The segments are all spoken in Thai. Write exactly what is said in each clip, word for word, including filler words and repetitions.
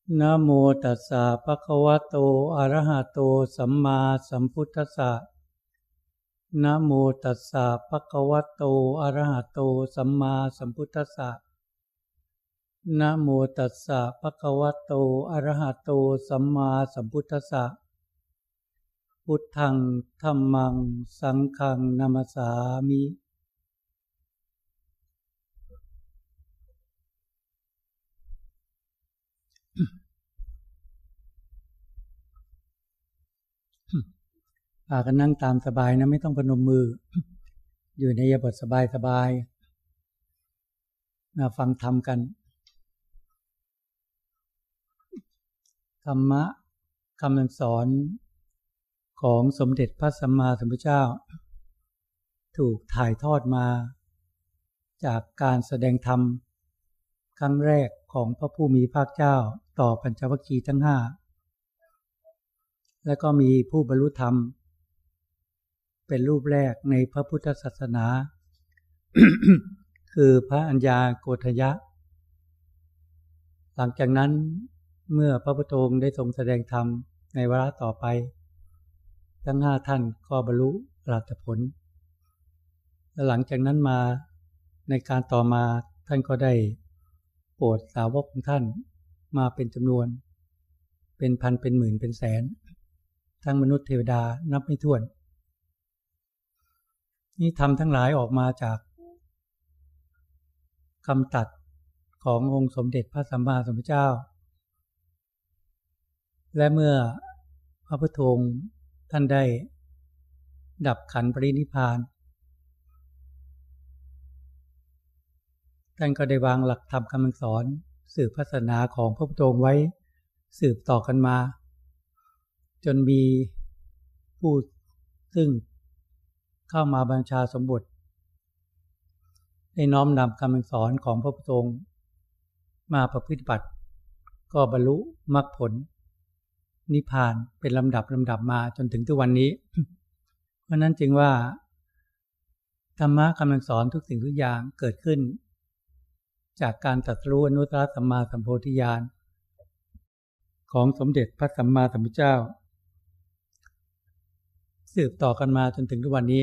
นะโมตัสสะภะคะวะโตอะระหะโตสัมมาสัมพุทธัสสะนะโมตัสสะภะคะวะโตอะระหะโตสัมมาสัมพุทธัสสะนะโมตัสสะภะคะวะโตอะระหะโตสัมมาสัมพุทธัสสะพุทธังธัมมังสังฆังนะมัสสามิพากันนั่งตามสบายนะไม่ต้องพนมมืออยู่ในอิริยาบถสบายๆมาฟังธรรมกันธรรมะคำสอนของสมเด็จพระสัมมาสัมพุทธเจ้าถูกถ่ายทอดมาจากการแสดงธรรมครั้งแรกของพระผู้มีพระเจ้าต่อปัญจวัคคีย์ทั้งห้าและก็มีผู้บรรลุธรรมเป็นรูปแรกในพระพุทธศาสนา คือพระอัญญาโกฏยะหลังจากนั้นเมื่อพระพุทธองค์ได้ทรงแสดงธรรมในวาระต่อไปทั้งห้าท่านก็บรรลุอรหัตผลและหลังจากนั้นมาในการต่อมาท่านก็ได้โปรดสาวกของท่านมาเป็นจำนวนเป็นพันเป็นหมื่นเป็นแสนทั้งมนุษย์เทวดานับไม่ถ้วนนี่ธรรมทั้งหลายออกมาจากคำตรัสขององค์สมเด็จพระสัมมาสัมพุทธเจ้าและเมื่อพระพุทธองค์ท่านได้ดับขันธ์ปรินิพพานท่านก็ได้วางหลักธรรมคำสอนสืบศาสนาของพระพุทธองค์ไว้สืบต่อกันมาจนมีผู้ซึ่งเข้ามาบัญชาสมบทได้น้อมนำคำสอนของพระพุทธองค์มาประพฤติปฏิบัติก็บรรลุมรรคผลนิพพานเป็นลำดับลำดับมาจนถึงทุกวันนี้ เพราะนั้นจึงว่าธรรมะคำสอนทุกสิ่งทุกอย่างเกิดขึ้นจากการตรัสรู้อนุตตรสัมมาสัมโพธิญาณของสมเด็จพระสัมมาสัมพุทธเจ้าสืบต่อกันมาจนถึงทุกวันนี้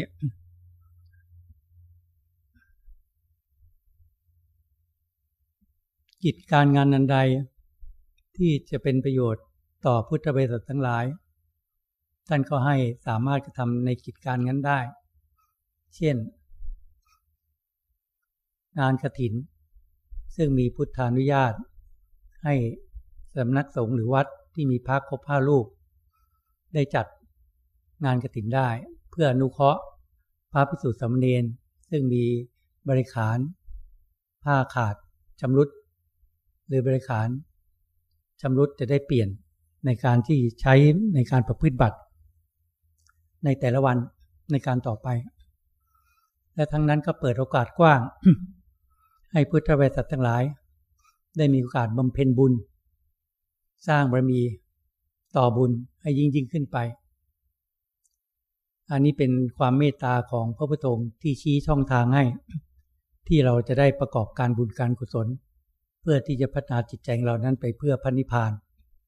กิจการงานอันใดที่จะเป็นประโยชน์ต่อพุทธบริษัททั้งหลายท่านก็ให้สามารถกระทำในกิจการนั้นได้เช่นงานกฐินซึ่งมีพุทธานุญาตให้สำนักสงฆ์หรือวัดที่มีพระครบห้ารูปได้จัดงานกฐินได้เพื่ออนุเคราะห์พระภิกษุสามเณรซึ่งมีบริขารผ้าขาดชำรุดหรือบริขารชำรุดจะได้เปลี่ยนในการที่ใช้ในการประพฤติบัติในแต่ละวันในการต่อไปและทั้งนั้นก็เปิดโอกาสกว้าง ให้พุทธบริษัททั้งหลายได้มีโอกาสบำเพ็ญบุญสร้างบารมีต่อบุญให้ยิ่งยิ่งขึ้นไปอันนี้เป็นความเมตตาของพระพุทธองค์ที่ชี้ช่องทางให้ที่เราจะได้ประกอบการบุญการกุศลเพื่อที่จะพัฒนาจิตใจเรานั้นไปเพื่อพระนิพพาน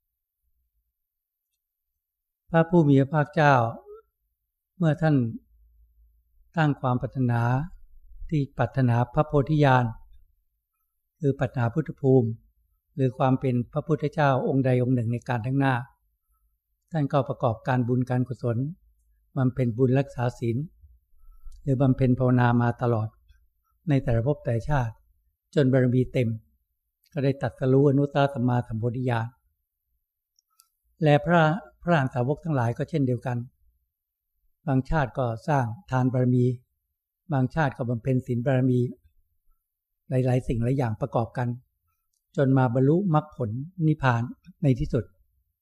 พระผู้มีพระภาคเจ้าเมื่อท่านตั้งความปรารถนาที่ปรารถนาพระโพธิญาณคือปรารถนาพุทธภูมิหรือความเป็นพระพุทธเจ้าองค์ใดองค์หนึ่งในการทั้งหน้าท่านก็ประกอบการบุญการกุศลบำเพ็ญบุญรักษาศีลหรือบำเพ็ญภาวนามาตลอดในแต่ละภพแต่ชาติจนบารมีเต็มก็ได้ตรัสรู้อนุตตรสัมมาสัมโพธิญาณและพระพระอรหันตสาวกทั้งหลายก็เช่นเดียวกันบางชาติก็สร้างทานบารมีบางชาติก็บำเพ็ญศีลบารมีหลายๆสิ่งหลายอย่างประกอบกันจนมาบรรลุมรรคผลนิพพานในที่สุด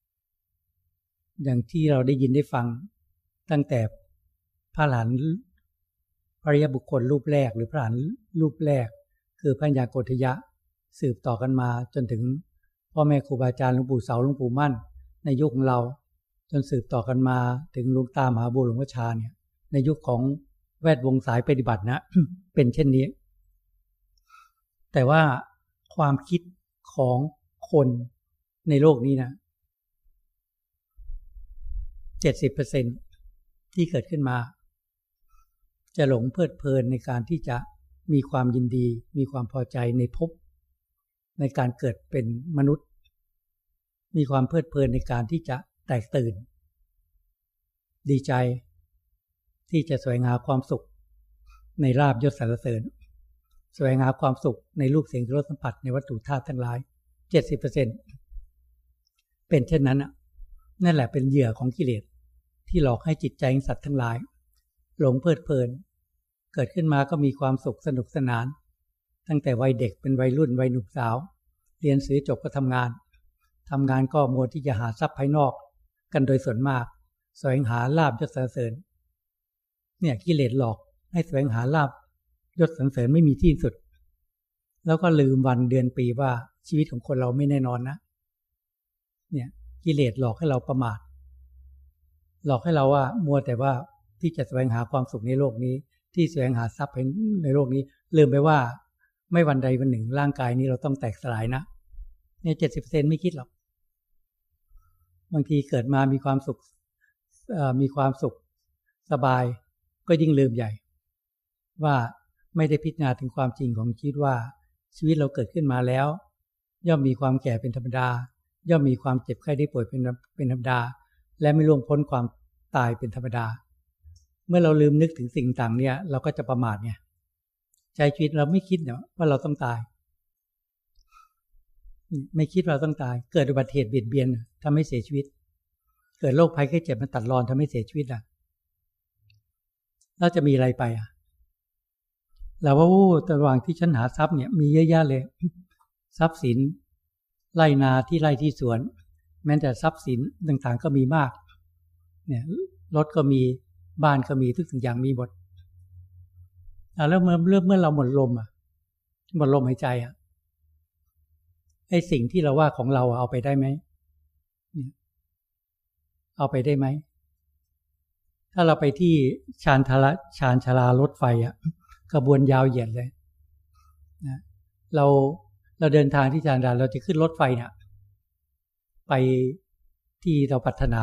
อย่างที่เราได้ยินได้ฟังตั้งแต่พระอรหันต์พระอริยบุคคลรูปแรกหรือพระอรหันต์รูปแรกคือพระอัญญาโกฏยะสืบต่อกันมาจนถึงพ่อแม่ครูบาอาจารย์หลวงปู่เสาหลวงปู่มั่นในยุคของเราจนสืบต่อกันมาถึงหลวงตามหาบัวหลวงพ่อชาเนี่ยในยุคของแวดวงสายปฏิบัตินะ เป็นเช่นนี้แต่ว่าความคิดของคนในโลกนี้นะ เจ็ดสิบเปอร์เซ็นต์ ที่เกิดขึ้นมาจะหลงเพลิดเพลินในการที่จะมีความยินดีมีความพอใจในภพในการเกิดเป็นมนุษย์มีความเพลิดเพลินในการที่จะแตกตื่นดีใจที่จะแสวงหาความสุขในลาภยศสรรเสริญแสวงหาความสุขในรูปเสียงรสสัมผัสในวัตถุธาตุทั้งหลาย เจ็ดสิบเปอร์เซ็นต์ เป็นเช่นนั้นน่ะนั่นแหละเป็นเหยื่อของกิเลสที่หลอกให้จิตใจของสัตว์ทั้งหลายหลงเพลิดเพลินเกิดขึ้นมาก็มีความสุขสนุกสนานตั้งแต่วัยเด็กเป็นวัยรุ่นวัยหนุ่มสาวเรียนสือจบก็ทำงานทำงานก็มัวที่จะหาทรัพย์ภายนอกกันโดยส่วนมากแสวงหาลาภยศสรรเสริญเนี่ยกิเลสหลอกให้แสวงหาลาภยศสรรเสริญไม่มีที่สุดแล้วก็ลืมวันเดือนปีว่าชีวิตของคนเราไม่แน่นอนนะเนี่ยกิเลสหลอกให้เราประมาทหลอกให้เราว่ามัวแต่ว่าที่จะแสวงหาความสุขในโลกนี้ที่แสวงหาทรัพย์ในโลกนี้ลืมไปว่าไม่วันใดวันหนึ่งร่างกายนี้เราต้องแตกสลายนะเนี่ย เจ็ดสิบเปอร์เซ็นต์ ไม่คิดหรอกบางทีเกิดมามีความสุขมีความสุขสบายก็ยิ่งลืมใหญ่ว่าไม่ได้พิจารณาถึงความจริงของชีวิตว่าชีวิตเราเกิดขึ้นมาแล้วย่อมมีความแก่เป็นธรรมดาย่อมมีความเจ็บไข้ได้ป่วยเป็นเป็นธรรมดาและไม่ล่วงพ้นความตายเป็นธรรมดาเมื่อเราลืมนึกถึงสิ่งต่างเนี่ยเราก็จะประมาทไงใจชีวิตเราไม่คิดเนาะว่าเราต้องตายไม่คิดว่าเราต้องตายเกิดอุบัติเหตุเบียดเบียนทำให้เสียชีวิตเกิดโรคภัยไข้เจ็บมันตัดรอนทำให้เสียชีวิตอ่ะเราจะมีอะไรไปอ่ะเราว่าวู้ระหว่างที่ฉันหาทรัพย์เนี่ยมีเยอะแยะเลยทรัพย์สินไร่นาที่ไร่ที่สวนแม้แต่ทรัพย์สินต่างๆก็มีมากเนี่ยรถก็มีบ้านก็มีทุกสิ่งอย่างมีหมดแล้วเมื่อเมื่อเราหมดลมอ่ะหมดลมหายใจอ่ะไอ้สิ่งที่เราว่าของเราเอาไปได้ไหมเอาไปได้ไหมถ้าเราไปที่ชานทาระชานชลารถไฟอ่ะขบวนยาวเหยียดเลยนะเราเราเดินทางที่ชานชลาเราจะขึ้นรถไฟเนี่ยไปที่เราปรารถนา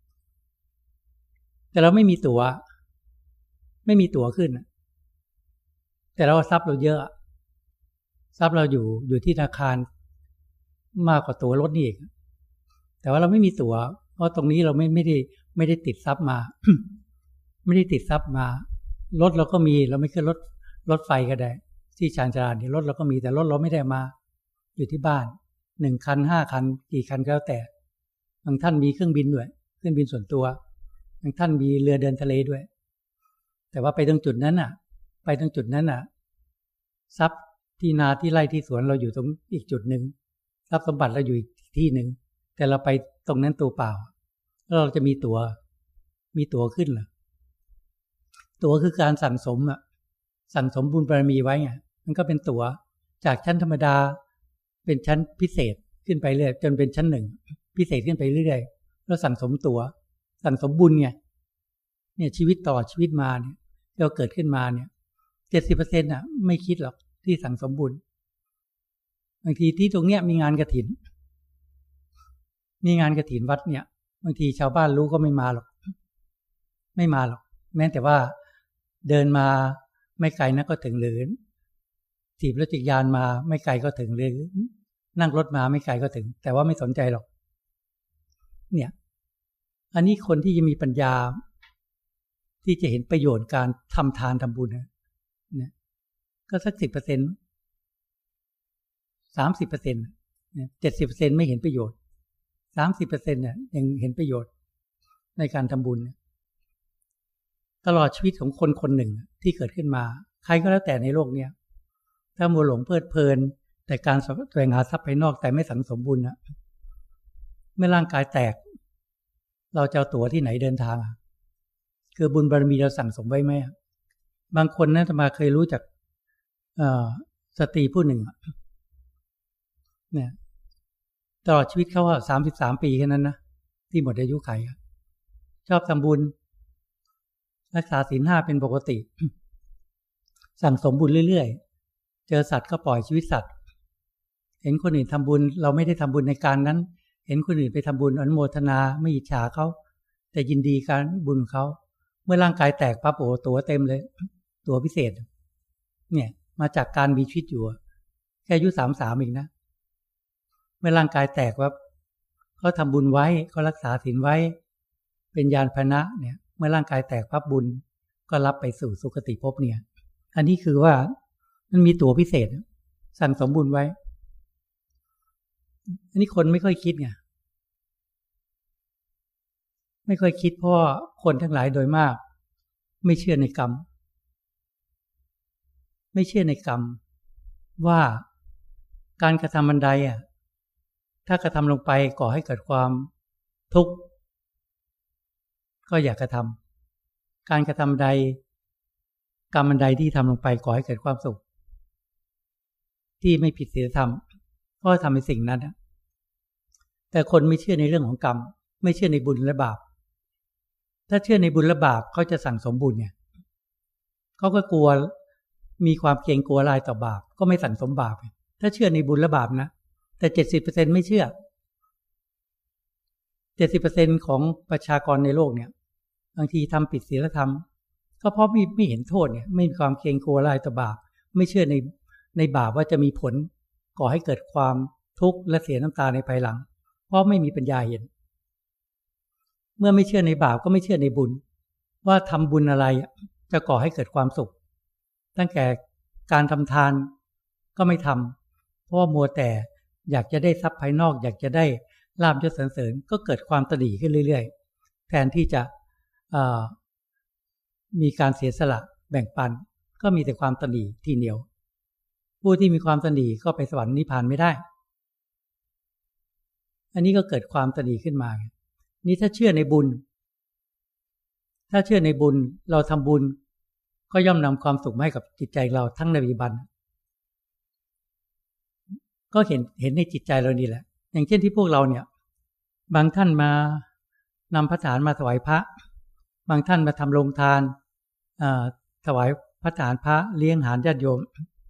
แต่เราไม่มีตั๋วไม่มีตั๋วขึ้นแต่เราทรัพย์เราเยอะทรัพย์เราอยู่อยู่ที่ธนาคารมากกว่าตั๋วรถนี่อีกแต่ว่าเราไม่มีตั๋วเพราะตรงนี้เราไม่ไม่ได้ไม่ได้ติดทรัพย์มา ไม่ได้ติดทรัพย์มารถเราก็มีเราไม่ขึ้นรถรถไฟก็ได้ที่ชานชาลานี่รถเราก็มีแต่รถเราไม่ได้มาอยู่ที่บ้านหนึ่งคันห้าคันกี่คันก็แล้วแต่บางท่านมีเครื่องบินด้วยเครื่องบินส่วนตัวบางท่านมีเรือเดินทะเลด้วยแต่ว่าไปตรงจุดนั้นน่ะไปตรงจุดนั้นน่ะทรัพย์ที่นาที่ไร่ที่สวนเราอยู่ตรงอีกจุดนึงทรัพย์สมบัติเราอยู่อีกที่นึงแต่เราไปตรงนั้นตัวเปล่าแล้วเราจะมีตั๋วมีตั๋วขึ้นเหรอตั๋วคือการสั่งสมอ่ะสั่งสมบุญบารมีไว้ไงมันก็เป็นตั๋วจากชั้นธรรมดาเป็นชั้นพิเศษขึ้นไปเรื่อยจนเป็นชั้นหนึ่งพิเศษขึ้นไปเรื่อยๆแล้วสั่งสมตั๋วสั่งสมบุญไงเนี่ยชีวิตต่อชีวิตมาเนี่ยเราเกิดขึ้นมาเนี่ย เจ็ดสิบเปอร์เซ็นต์ น่ะไม่คิดหรอกที่สั่งสมบุญบางทีที่ตรงเนี้ยมีงานกฐินมีงานกฐินวัดเนี่ยบางทีชาวบ้านรู้ก็ไม่มาหรอกไม่มาหรอกแม้แต่ว่าเดินมาไม่ไกลนักก็ถึงหรือถีบรถจักรยานมาไม่ไกลก็ถึงหรือนั่งรถมาไม่ไกลก็ถึงแต่ว่าไม่สนใจหรอกเนี่ยอันนี้คนที่จะมีปัญญาที่จะเห็นประโยชน์การทำทานทำบุญเนี่ยก็สักสิบเปอร์เซ็นต์สามสิบเปอร์เซ็นต์เจ็ดสิบเปอร์เซ็นต์ไม่เห็นประโยชน์สามสิบเปอร์เซ็นต์เนี่ยยังเห็นประโยชน์ในการทำบุญตลอดชีวิตของคนคนหนึ่งที่เกิดขึ้นมาใครก็แล้วแต่ในโลกเนี้ยถ้ามัวหลงเพลิดเพลินแต่การแสวงหาทรัพย์ภายนอกแต่ไม่สังสมบุญนะเมื่อร่างกายแตกเราจะเอาตั๋วที่ไหนเดินทางคือบุญบารมีเราสั่งสมไว้ไหมบางคนนะอาตมาเคยรู้จักสตรีผู้หนึ่งเนี่ยตลอดชีวิตเขาว่าสามสิบสามปีแค่นั้นนะที่หมดอายุไขชอบทำบุญรักษาศีลห้าเป็นปกติสั่งสมบุญเรื่อยๆเจอสัตว์ก็ปล่อยชีวิตสัตว์เห็นคนอื่นทำบุญเราไม่ได้ทำบุญในการนั้นเห็นคนอื่นไปทำบุญอนุโมทนาไม่อิจฉาเขาแต่ยินดีการบุญเขาเมื่อร่างกายแตกปั๊บโอ้ตัวเต็มเลยตัวพิเศษเนี่ยมาจากการมีชีวิตอยู่แค่อายุสามสามเองนะเมื่อร่างกายแตกว่าเขาทำบุญไว้เขารักษาศีลไว้เป็นญาณพนะเนี่ยเมื่อร่างกายแตกปั๊บบุญก็รับไปสู่สุคติภพเนี่ยอันนี้คือว่ามันมีตัวพิเศษสั่งสมบุญไว้อันนี้คนไม่ค่อยคิดไงไม่ค่อยคิดเพราะคนทั้งหลายโดยมากไม่เชื่อในกรรมไม่เชื่อในกรรมว่าการกระทำบันไดอ่ะถ้ากระทำลงไปก่อให้เกิดความทุกข์ก็อย่ากระทำการกระทำใดกรรมบันไดที่ทำลงไปก่อให้เกิดความสุขที่ไม่ผิดศีลธรรมก็ทำในสิ่งนั้นแต่คนไม่เชื่อในเรื่องของกรรมไม่เชื่อในบุญและบาปถ้าเชื่อในบุญและบาปเขาจะสั่งสมบุญเนี่ยเขาก็กลัวมีความเกรงกลัวลายต่อบาปก็ไม่สั่งสมบาปถ้าเชื่อในบุญและบาปนะแต่ เจ็ดสิบเปอร์เซ็นต์ ไม่เชื่อ เจ็ดสิบเปอร์เซ็นต์ ของประชากรในโลกเนี่ยบางทีทำผิดศีลธรรมก็เพราะไม่ไม่เห็นโทษเนี่ยไม่มีความเกรงกลัวลายต่อบาปไม่เชื่อในในบาปว่าจะมีผลก่อให้เกิดความทุกข์และเสียน้ำตาในภายหลังเพราะไม่มีปัญญาเห็นเมื่อไม่เชื่อในบาปก็ไม่เชื่อในบุญว่าทำบุญอะไรจะก่อให้เกิดความสุขตั้งแต่การทำทานก็ไม่ทำเพราะว่ามัวแต่อยากจะได้ทรัพย์ภายนอกอยากจะได้ลาภยศสรรเสริญก็เกิดความตนีขึ้นเรื่อยๆแทนที่จะมีการเสียสละแบ่งปันก็มีแต่ความตนีที่เหนียวผู้ที่มีความตนีก็ไปสวรรค์นิพพานไม่ได้อันนี้ก็เกิดความตนีขึ้นมานี่ถ้าเชื่อในบุญถ้าเชื่อในบุญเราทำบุญก็ย่อมนำความสุขมาให้กับจิตใจเราทั้งในปัจจุบันก็เห็นเห็นในจิตใจเรานี่แหละอย่างเช่นที่พวกเราเนี่ยบางท่านมานำพระทหารมาถวายพระบางท่านมาทำโรงทานถวายพระทหารพระเลี้ยงอาหารญาติโยม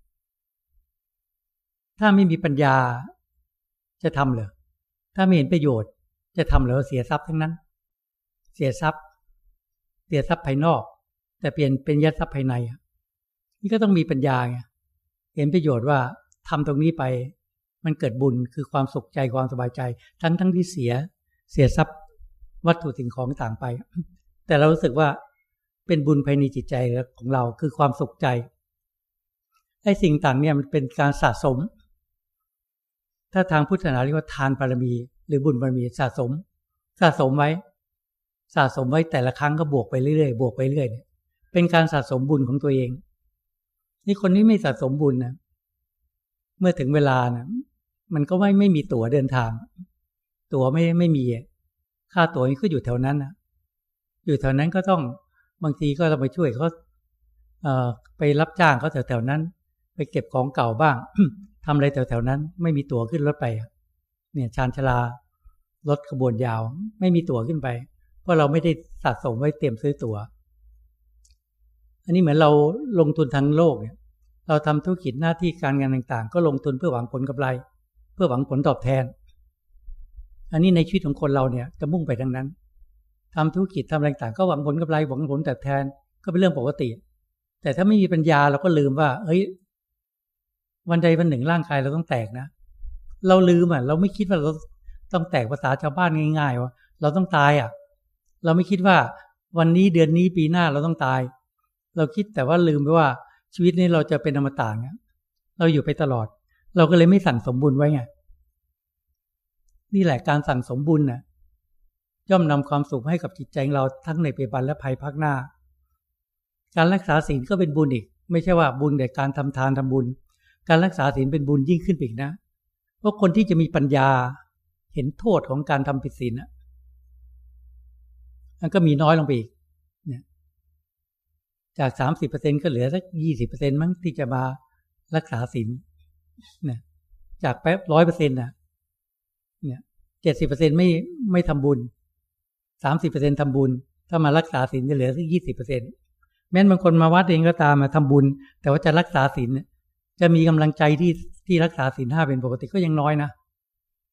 ถ้าไม่มีปัญญาจะทำเหรอถ้าไม่เห็นประโยชน์จะทำเหรอเสียทรัพย์ทั้งนั้นเสียทรัพย์เสียทรัพย์ภายนอกแต่เปลี่ยนเป็นยัดทรัพย์ภายในนี่ก็ต้องมีปัญญาไงเห็นประโยชน์ว่าทำตรงนี้ไปมันเกิดบุญคือความสุขใจความสบายใจทั้งทั้งที่เสียเสียทรัพย์วัตถุสิ่งของต่างไปแต่เรารู้สึกว่าเป็นบุญภายในจิตใจของเราคือความสุขใจไอ้สิ่งต่างเนี่ยมันเป็นการสะสมถ้าทางพุทธศาสนาเรียกว่าทานบารมีหรือบุญบารมีสะสมสะสมไว้สะสมไว้แต่ละครั้งก็บวกไปเรื่อยๆบวกไปเรื่อยเนี่ยเป็นการสะสมบุญของตัวเองนี่คนนี้ไม่สะสมบุญนะเมื่อถึงเวลานะมันก็ไม่ไม่มีตั๋วเดินทางตั๋วไม่ไม่มีค่าตั๋วก็อยู่แถวนั้นนะอยู่แถวนั้นก็ต้องบางทีก็ต้องไปช่วยเขาเอ่อไปรับจ้างเขาแถวๆนั้นไปเก็บของเก่าบ้าง ทำอะไรแถวๆนั้นไม่มีตั๋วขึ้นรถไปเนี่ยชานชลารถขบวนยาวไม่มีตั๋วขึ้นไปเพราะเราไม่ได้สะสมไว้เตรียมซื้อตั๋วอันนี้เหมือนเราลงทุนทางโลกเนี่ยเราทำธุรกิจหน้าที่การงานต่างๆก็ลงทุนเพื่อหวังผลกำไรเพื่อหวังผลตอบแทนอันนี้ในชีวิตของคนเราเนี่ยจะมุ่งไปทางนั้นทำธุรกิจทำอะไรต่างก็หวังผลกำไรหวังผลตอบแทนก็เป็นเรื่องปกติแต่ถ้าไม่มีปัญญาเราก็ลืมว่าเฮ้ยวันใดวันหนึ่งร่างกายเราต้องแตกนะเราลืมอ่ะเราไม่คิดว่าเราต้องแตกภาษาชาวบ้านง่ายๆว่าเราต้องตายอ่ะเราไม่คิดว่าวันนี้เดือนนี้ปีหน้าเราต้องตายเราคิดแต่ว่าลืมไปว่าชีวิตนี้เราจะเป็นอมตะเนี่ยเราอยู่ไปตลอดเราก็เลยไม่สั่งสมบุญไว้ไงนี่แหละการสั่งสมบุญน่ะย่อมนำความสุขให้กับจิตใจเราทั้งในปัจจุบันและภายภาคหน้าการรักษาศีลก็เป็นบุญอีกไม่ใช่ว่าบุญแต่การทำทานทำบุญการรักษาศีลเป็นบุญยิ่งขึ้นอีกนะเพราะคนที่จะมีปัญญาเห็นโทษของการทำผิดศีลน่ะมันก็มีน้อยลงไปอีกเนี่ยจาก สามสิบเปอร์เซ็นต์ ก็เหลือสัก ยี่สิบเปอร์เซ็นต์ มั้งที่จะมารักษาศีลเนี่ยจากแป๊บ ร้อยเปอร์เซ็นต์ น่ะเนี่ย เจ็ดสิบเปอร์เซ็นต์ ไม่ไม่ทำบุญ สามสิบเปอร์เซ็นต์ ทำบุญถ้ามารักษาศีลจะเหลือสัก ยี่สิบเปอร์เซ็นต์ แม้นบางคนมาวัดเองก็ตามมาทำบุญแต่ว่าจะรักษาศีลจะมีกำลังใจที่ที่รักษาศีลห้าเป็นปกติก็ยังน้อยนะเพ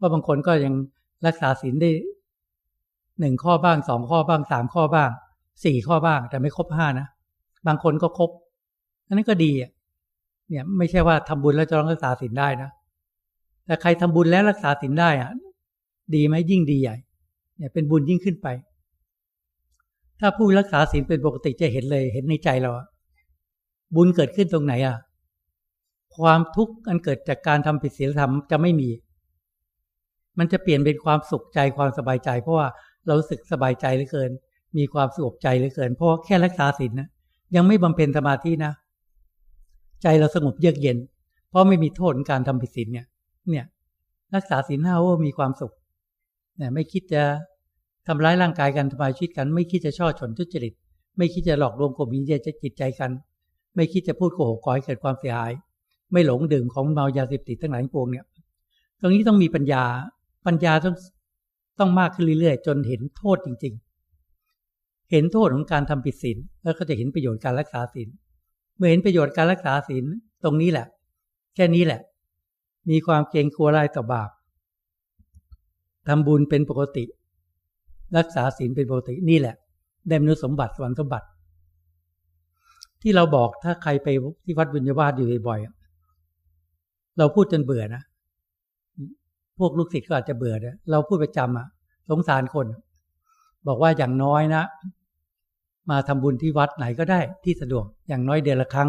ราะบางคนก็ยังรักษาศีลได้หนึ่งข้อบ้างสองข้อบ้างสามข้อบ้างสี่ข้อบ้างแต่ไม่ครบห้านะบางคนก็ครบอันนั้นก็ดีอ่ะเนี่ยไม่ใช่ว่าทำบุญแล้วจะต้องรักษาศีลได้นะแต่ใครทำบุญแล้วรักษาศีลได้อ่ะดีไหมยิ่งดีใหญ่เนี่ยเป็นบุญยิ่งขึ้นไปถ้าผู้รักษาศีลเป็นปกติจะเห็นเลยเห็นในใจเราบุญเกิดขึ้นตรงไหนอ่ะความทุกข์อันเกิดจากการทำผิดศีลธรรมจะไม่มีมันจะเปลี่ยนเป็นความสุขใจความสบายใจเพราะว่าเรารู้สึกสบายใจเหลือเกินมีความสงบใจเหลือเกินเพราะแค่รักษาศีลนะยังไม่บำเพ็ญสมาธินะใจเราสงบเยือกเย็นเพราะไม่มีโทษของการทำผิดศีลเนี่ยเนี่ยรักษาศีลห้าว่ามีความสุขเนี่ยไม่คิดจะทำร้ายร่างกายกันทำลายชีวิตกันไม่คิดจะช่อฉนทุจริตไม่คิดจะหลอกลวงข่มเหงจิตใจกันไม่คิดจะพูดโกหกก่อให้เกิดความเสียหายไม่หลงดื่มของเมายาเสพติดทั้งหลายทั้งปวงเนี่ยตรงนี้ต้องมีปัญญาปัญญาต้องต้องมากขึ้นเรื่อยๆจนเห็นโทษจริงๆเห็นโทษของการทำผิดศีลแล้วก็จะเห็นประโยชน์การรักษาศีลเมื่อเห็นประโยชน์การรักษาศีลตรงนี้แหละแค่นี้แหละมีความเกรงกลัวอะไรต่อบาปทำบุญเป็นปกติรักษาศีลเป็นปกตินี่แหละได้มนุษย์สมบัติสวรรค์สมบัติที่เราบอกถ้าใครไปที่วัดบุญญาวาสอยู่บ่อยๆเราพูดจนเบื่อนะพวกลูกศิษย์ก็อาจจะเบื่อนะเราพูดประจำอ่ะสงสารคนบอกว่าอย่างน้อยนะมาทำบุญที่วัดไหนก็ได้ที่สะดวกอย่างน้อยเดือนละครั้ง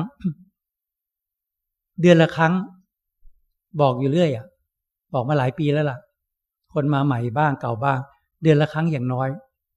เดือนละครั้งบอกอยู่เรื่อยอ่ะบอกมาหลายปีแล้วล่ะคนมาใหม่บ้างเก่าบ้างเดือนละครั้งอย่างน้อย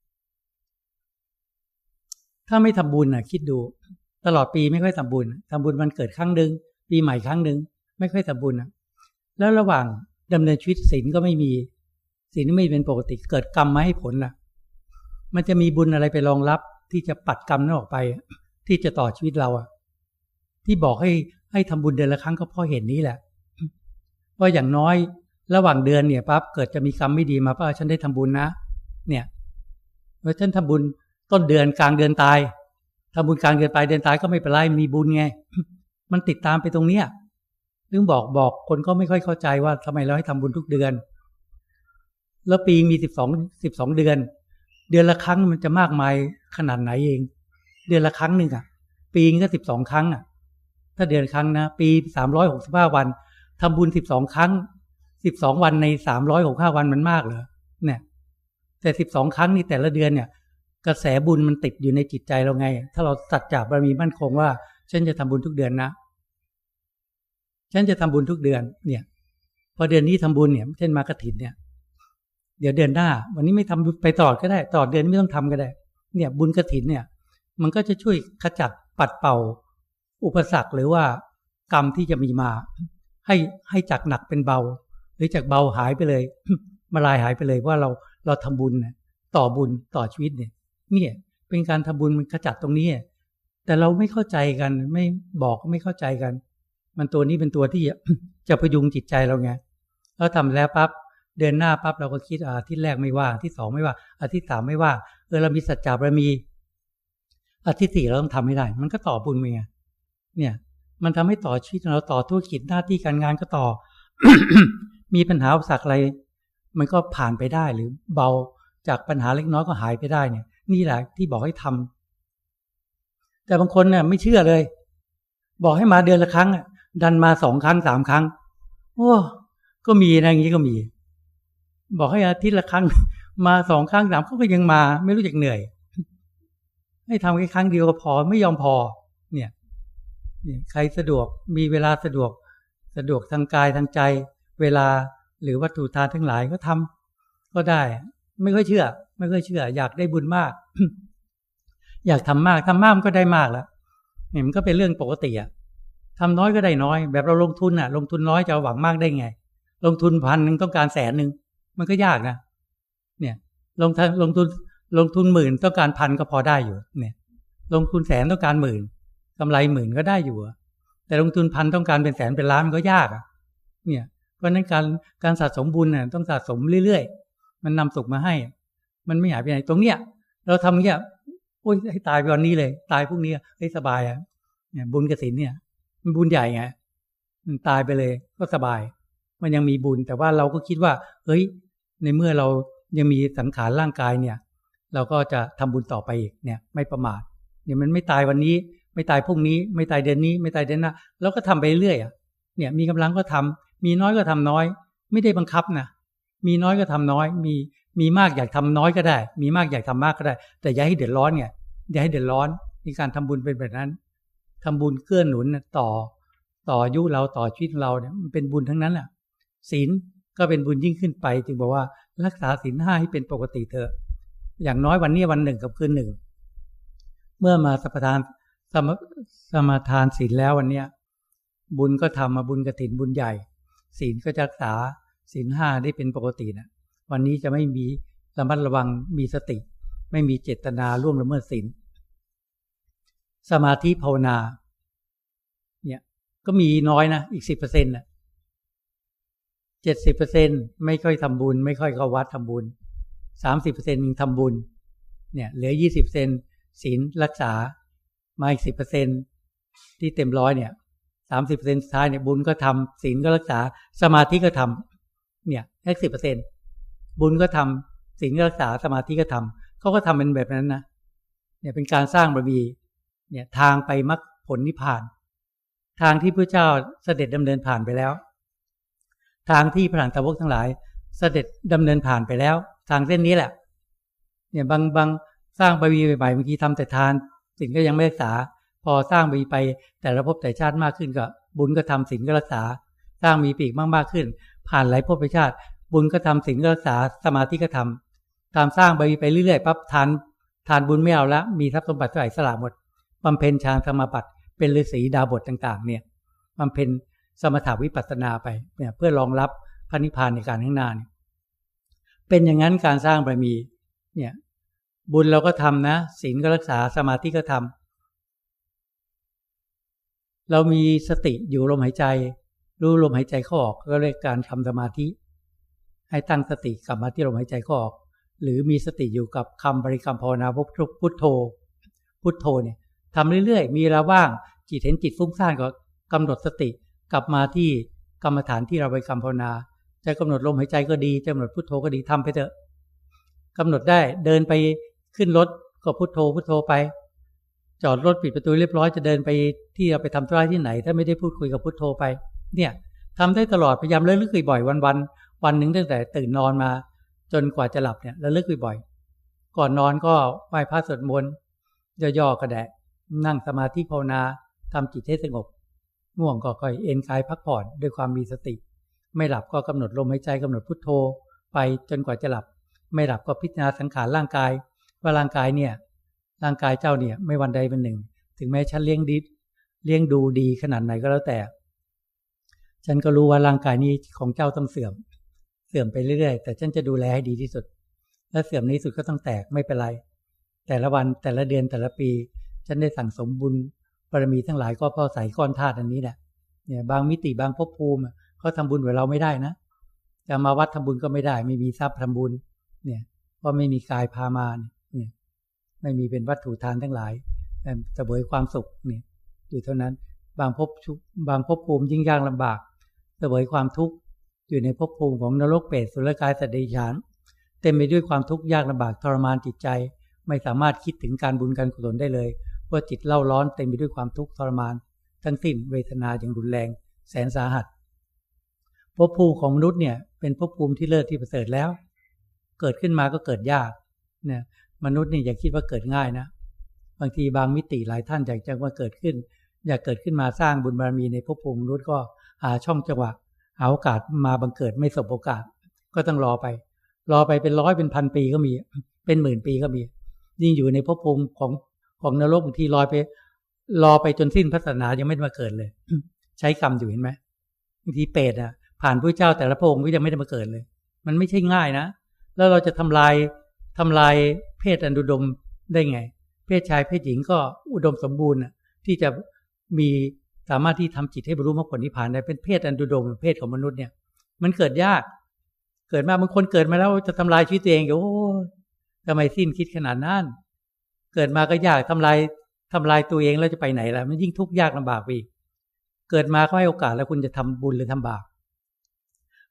ถ้าไม่ทำบุญน่ะคิดดูตลอดปีไม่ค่อยทำบุญทำบุญวันเกิดครั้งนึงปีใหม่ครั้งนึงไม่ค่อยทำบุญนะแล้วระหว่างดำเนินชีวิตศีลก็ไม่มีศีลไม่เป็นปกติเกิดกรรมมาให้ผลล่ะมันจะมีบุญอะไรไปรองรับที่จะปัดกรรมนั้นออกไปที่จะต่อชีวิตเราอ่ะที่บอกให้ให้ทำบุญเดือนละครั้งก็เพราะเห็นนี้แหละว่าอย่างน้อยระหว่างเดือนเนี่ยปั๊บเกิดจะมีกรรมไม่ดีมาปั๊บฉันได้ทำบุญนะเนี่ยเมื่อฉันทำบุญต้นเดือนกลางเดือนตายทำบุญกลางเดือนปลายเดือนตายก็ไม่เป็นไรมีบุญไงมันติดตามไปตรงเนี้ยถึงบอกบอกคนก็ไม่ค่อยเข้าใจว่าทำไมเราให้ทำบุญทุกเดือนแล้วปีมีสิบสองสิบสองเดือนเดือนละครั้งมันจะมากมายขนาดไหนเองเดือนละครั้งหนึ่งอ่ะปีนึงก็สิบสองครั้งอ่ะถ้าเดือนครั้งนะปีสามร้อยหกสิบห้าวันทำบุญสิบสองครั้งสิบสองวันในสามร้อยหกสิบห้าวันมันมากเหรอเนี่ยแต่สิบสองครั้งนี่แต่ละเดือนเนี่ยกระแสบุญมันติดอยู่ในจิตใจเราไงถ้าเราสัจจะบารมีมั่นคงว่าฉันจะทำบุญทุกเดือนนะฉันจะทำบุญทุกเดือนเนี่ยพอเดือนนี้ทำบุญเนี่ยเช่นมากฐินเนี่ยเดี๋ยวเดือนหน้าวันนี้ไม่ทำไปต่อก็ได้ต่อเดือนไม่ต้องทำก็ได้เนี่ยบุญกฐินเนี่ยมันก็จะช่วยขจัดปัดเป่าอุปสรรคหรือว่ากรรมที่จะมีมาให้ให้จากหนักเป็นเบาหรือจากเบาหายไปเลยมาลายหายไปเลยว่าเราเราทำบุญเนี่ยต่อบุญต่อชีวิตเนี่ยเนี่ยเป็นการทำบุญมันขจัดตรงนี้แต่เราไม่เข้าใจกันไม่บอกไม่เข้าใจกันมันตัวนี้เป็นตัวที่จะพยุงจิตใจเราไงเราทำแล้วปั๊บเดือนหน้าปั๊บเราก็คิดอาทิตย์แรกไม่ว่าอาทิตย์สองไม่ว่าอาทิตย์สามไม่ว่าเออเรามีสัจจะบารมีอาทิตย์สี่เราต้องทำให้ได้มันก็ต่อบุญไปไงเนี่ยมันทำให้ต่อชีวิตเราต่อธุรกิจหน้าที่การงานก็ต่อ มีปัญหาอุปสรรคอะไรมันก็ผ่านไปได้หรือเบาจากปัญหาเล็กน้อยก็หายไปได้เนี่ยนี่แหละที่บอกให้ทำแต่บางคนเนี่ยไม่เชื่อเลยบอกให้มาเดือนละครั้งดันมาสองครั้งสามครั้งโอ้ก็มีนะอย่างนี้ก็มีบอกให้อาทิตย์ละครั้งมาสองครั้งสามเขาก็ยังมาไม่รู้จักเหนื่อยให้ทำแค่ครั้งเดียวก็พอไม่ยอมพอเนี่ยเนี่ยใครสะดวกมีเวลาสะดวกสะดวกทางกายทางใจเวลาหรือวัตถุทานทั้งหลายก็ทำก็ได้ไม่ค่อยเชื่อไม่ค่อยเชื่ออยากได้บุญมาก อยากทำมากทำมากมันก็ได้มากแล้วเนี่ยมันก็เป็นเรื่องปกติอะทำน้อยก็ได้น้อยแบบเราลงทุนอะลงทุนน้อยจะหวังมากได้ไงลงทุนพันหนึ่งต้องการแสนหนึ่งมันก็ยากนะเนี่ยลงทุนลงทุนลงทุนหมื่นต้องการพันก็พอได้อยู่เนี่ยลงทุนแสนต้องการหมื่นกำไรหมื่นก็ได้อยู่แต่ลงทุนพันต้องการเป็นแสนเป็นล้านมันก็ยากอะเนี่ยเพราะนั้นการการสะสมบุญน่ะต้องสะสมเรื่อยๆมันนำสุขมาให้มันไม่หายไปไหนตรงเนี้ยเราทำเนี้ยโอ้ยให้ตายไปวันนี้เลยตายพรุ่งนี้ให้สบายอ่ะเนี่ยบุญกฐินเนี่ยมันบุญใหญ่ไงมันตายไปเลยก็สบายมันยังมีบุญแต่ว่าเราก็คิดว่าเฮ้ยในเมื่อเรายังมีสังขารร่างกายเนี่ยเราก็จะทำบุญต่อไปอีกเนี่ยไม่ประมาทเนี่ยมันไม่ตายวันนี้ไม่ตายพรุ่งนี้ไม่ตายเดือนนี้ไม่ตายเดือนหน้าเราก็ทำไปเรื่อยอ่ะเนี่ยมีกำลังก็ทำมีน้อยก็ทำน้อยไม่ได้บังคับนะมีน้อยก็ทำน้อยมีมีมากอยากทำน้อยก็ได้มีมากอยากทำมากก็ได้แต่อย่าให้เดือดร้อนไงอย่าให้เดือดร้อนในการทำบุญเป็นแบบนั้นทำบุญเกื้อหนุนต่อต่ออายุเราต่อชีวิตเราเนี่ยมันเป็นบุญทั้งนั้นแหละศีลก็เป็นบุญยิ่งขึ้นไปจึงบอกว่ารักษาศีลห้าให้เป็นปกติเถอะอย่างน้อยวันนี้วันหนึ่งกับคืนหนึ่งเมื่อมาสัมปทานสมสมาทานศีลแล้ววันเนี้ยบุญก็ทำมาบุญกฐินบุญใหญ่ศีลก็จะรักษาศีลห้าได้เป็นปกตินะวันนี้จะไม่มีระมัดระวังมีสติไม่มีเจตนาล่วงละเมิดศีลสมาธิภาวนาเนี่ยก็มีน้อยนะอีก สิบเปอร์เซ็นต์ น่ะ เจ็ดสิบเปอร์เซ็นต์ ไม่ค่อยทำบุญไม่ค่อยเข้าวัดทำบุญ สามสิบเปอร์เซ็นต์ ทำบุญเนี่ยเหลือ ยี่สิบเปอร์เซ็นต์ ศีลรักษามาอีก สิบเปอร์เซ็นต์ ที่เต็มร้อยเนี่ย สามสิบเปอร์เซ็นต์ สุดท้ายเนี่ยบุญก็ทำศีลก็รักษาสมาธิก็ทำเนี่ยแค่ สิบเปอร์เซ็นต์ บุญก็ทำศีลก็รักษาสมาธิก็ทำเขาก็ทำเป็นแบบนั้นนะเนี่ยเป็นการสร้างบารมีเนี่ยทางไปมรรคผลนิพพานทางที่พระเจ้าเสด็จดำเนินผ่านไปแล้วทางที่พระอรหันตสาวกทั้งหลายเสด็จดำเนินผ่านไปแล้วทางเส้นนี้แหละเนี่ยบางบางสร้างบารมีใหม่ๆเมื่อกี้ทำแต่ทานศีลก็ยังไม่รักษาพอสร้างบารมีไปแต่ละภพแต่ชาติมากขึ้นก็บุญก็ทำศีลก็รักษาสร้างมีปีกมากๆขึ้นผ่านหลายภพชาติบุญก็ทำศีลก็รักษาสมาธิก็ทำตามสร้างบารมีไปเรื่อยๆปั๊บทานทานบุญไม่เอาละมีทรัพย์สมบัติเท่าไหร่สละหมดบำเพ็ญฌานสมาบัติเป็นฤาษีดาบทต่างๆเนี่ยบำเพ็ญสมถะวิปัสสนาไปเนี่ยเพื่อรองรับพระนิพพานในการข้างหน้าเนี่ยเป็นอย่างนั้นการสร้างบารมีเนี่ยบุญเราก็ทำนะศีลก็รักษาสมาธิก็ทำเรามีสติอยู่ลมหายใจรู้ลมหายใจเข้าออกก็เรียกการทำสมาธิให้ตั้งสติกลับมาที่ลมหายใจเข้าออกหรือมีสติอยู่กับคำบริกรรมภาวนาพุทโธพุทโธเนี่ยทำเรื่อยๆมีเวลาว่างจิตเห็นจิตฟุ้งซ่านก็กำหนดสติกลับมาที่กรรมฐานที่เราบริกรรมภาวนาจะกำหนดลมหายใจก็ดีจะกำหนดพุทโธก็ดีทำไปเถอะกำหนดได้เดินไปขึ้นรถก็พุทโธพุทโธไปจอดรถปิดประตูเรียบร้อยจะเดินไปที่เราไปทำธุระที่ไหนถ้าไม่ได้พูดคุยกับพุทโธไปเนี่ยทำได้ตลอดพยายามระลึกบ่อยๆวันๆวันหนึ่งตั้งแต่ตื่นนอนมาจนกว่าจะหลับเนี่ยระลึกบ่อยๆก่อนนอนก็ไหว้พระสวดมนต์ย่อๆก็ได้นั่งสมาธิภาวนาทำจิตให้สงบง่วงก็ค่อยเอนกายพักผ่อนด้วยความมีสติไม่หลับก็กำหนดลมหายใจกำหนดพุทโธไปจนกว่าจะหลับไม่หลับก็พิจารณาสังขารร่างกายว่าร่างกายเนี่ยร่างกายเจ้าเนี่ยไม่วันใดเป็นหนึ่งถึงแม้ฉันเลี้ยงดีเลี้ยงดูดีขนาดไหนก็แล้วแต่ฉันก็รู้ว่าร่างกายนี้ของเจ้าต้องเสื่อมเสื่อมไปเรื่อยๆแต่ฉันจะดูแลให้ดีที่สุดและเสื่อมในที่สุดก็ต้องแตกไม่เป็นไรแต่ละวันแต่ละเดือนแต่ละปีฉันได้สั่งสมบุญบารมีทั้งหลายก็เพราะใส่ก้อนธาตุอันนี้แหละเนี่ยบางมิติบางภพภูมิเขาทำบุญกับเราไม่ได้นะจะมาวัดทำบุญก็ไม่ได้ไม่มีทรัพย์ทำบุญเนี่ยเพราะไม่มีกายพามาเนี่ยไม่มีเป็นวัตถุทานทั้งหลายแต่เสวยความสุขเนี่ยอยู่เท่านั้นบางภพบางภพภูมิยิ่งยากลำบากเสวยความทุกข์อยู่ในภพภูมิของนรกเปรตสุรกายสัตว์เดรัจฉานเต็มไปด้วยความทุกข์ยากลำบากทรมานจิตใจไม่สามารถคิดถึงการบุญการกุศลได้เลยเพราะจิตเล่าร้อนเต็มไปด้วยความทุกข์ทรมานทั้งสิ้นเวทนาอย่างรุนแรงแสนสาหัสภพภูมิของมนุษย์เนี่ยเป็นภพภูมิที่เลิศที่ประเสริฐแล้วเกิดขึ้นมาก็เกิดยากเนี่ยมนุษย์นี่อย่าคิดว่าเกิดง่ายนะบางทีบางมิติหลายท่านอยากจะว่าเกิดขึ้นอยากเกิดขึ้นมาสร้างบุญบารมีในภพภูมิมนุษย์ก็หาช่องจังหวะหาโอกาสมาบังเกิดไม่สบโอกาสก็ต้องรอไปรอไปเป็นร้อยเป็นพันปีก็มีเป็นหมื่นปีก็มียิ่งอยู่ในภพภูมิของของนรกบางทีรอไปรอไปจนสิ้นศาสนายังไม่มาเกิดเลยใช้กรรมอยู่เห็นไหมบางทีเปรตอ่ะผ่านพระเจ้าแต่ละพระองค์ก็ยังไม่ได้มาเกิดเลยมันไม่ใช่ง่ายนะแล้วเราจะทำลายทำลายเพศอันอุดมได้ไงเพศชายเพศหญิงก็อุดมสมบูรณ์ที่จะมีสามารถที่ทำจิตให้บรรลุมรรคผลนิพพานได้เป็นเพศอันอุดมเพศของมนุษย์เนี่ยมันเกิดยากเกิดมาบางคนเกิดมาแล้วจะทำลายชีวิตตัวเองโอ้ทำไมสิ้นคิดขนาดนั้นเกิดมาก็ยากทำลายทำลายตัวเองแล้วจะไปไหนล่ะมันยิ่งทุกข์ยากลำบากไปอีกเกิดมาเขาให้โอกาสแล้วคุณจะทำบุญหรือทำบาป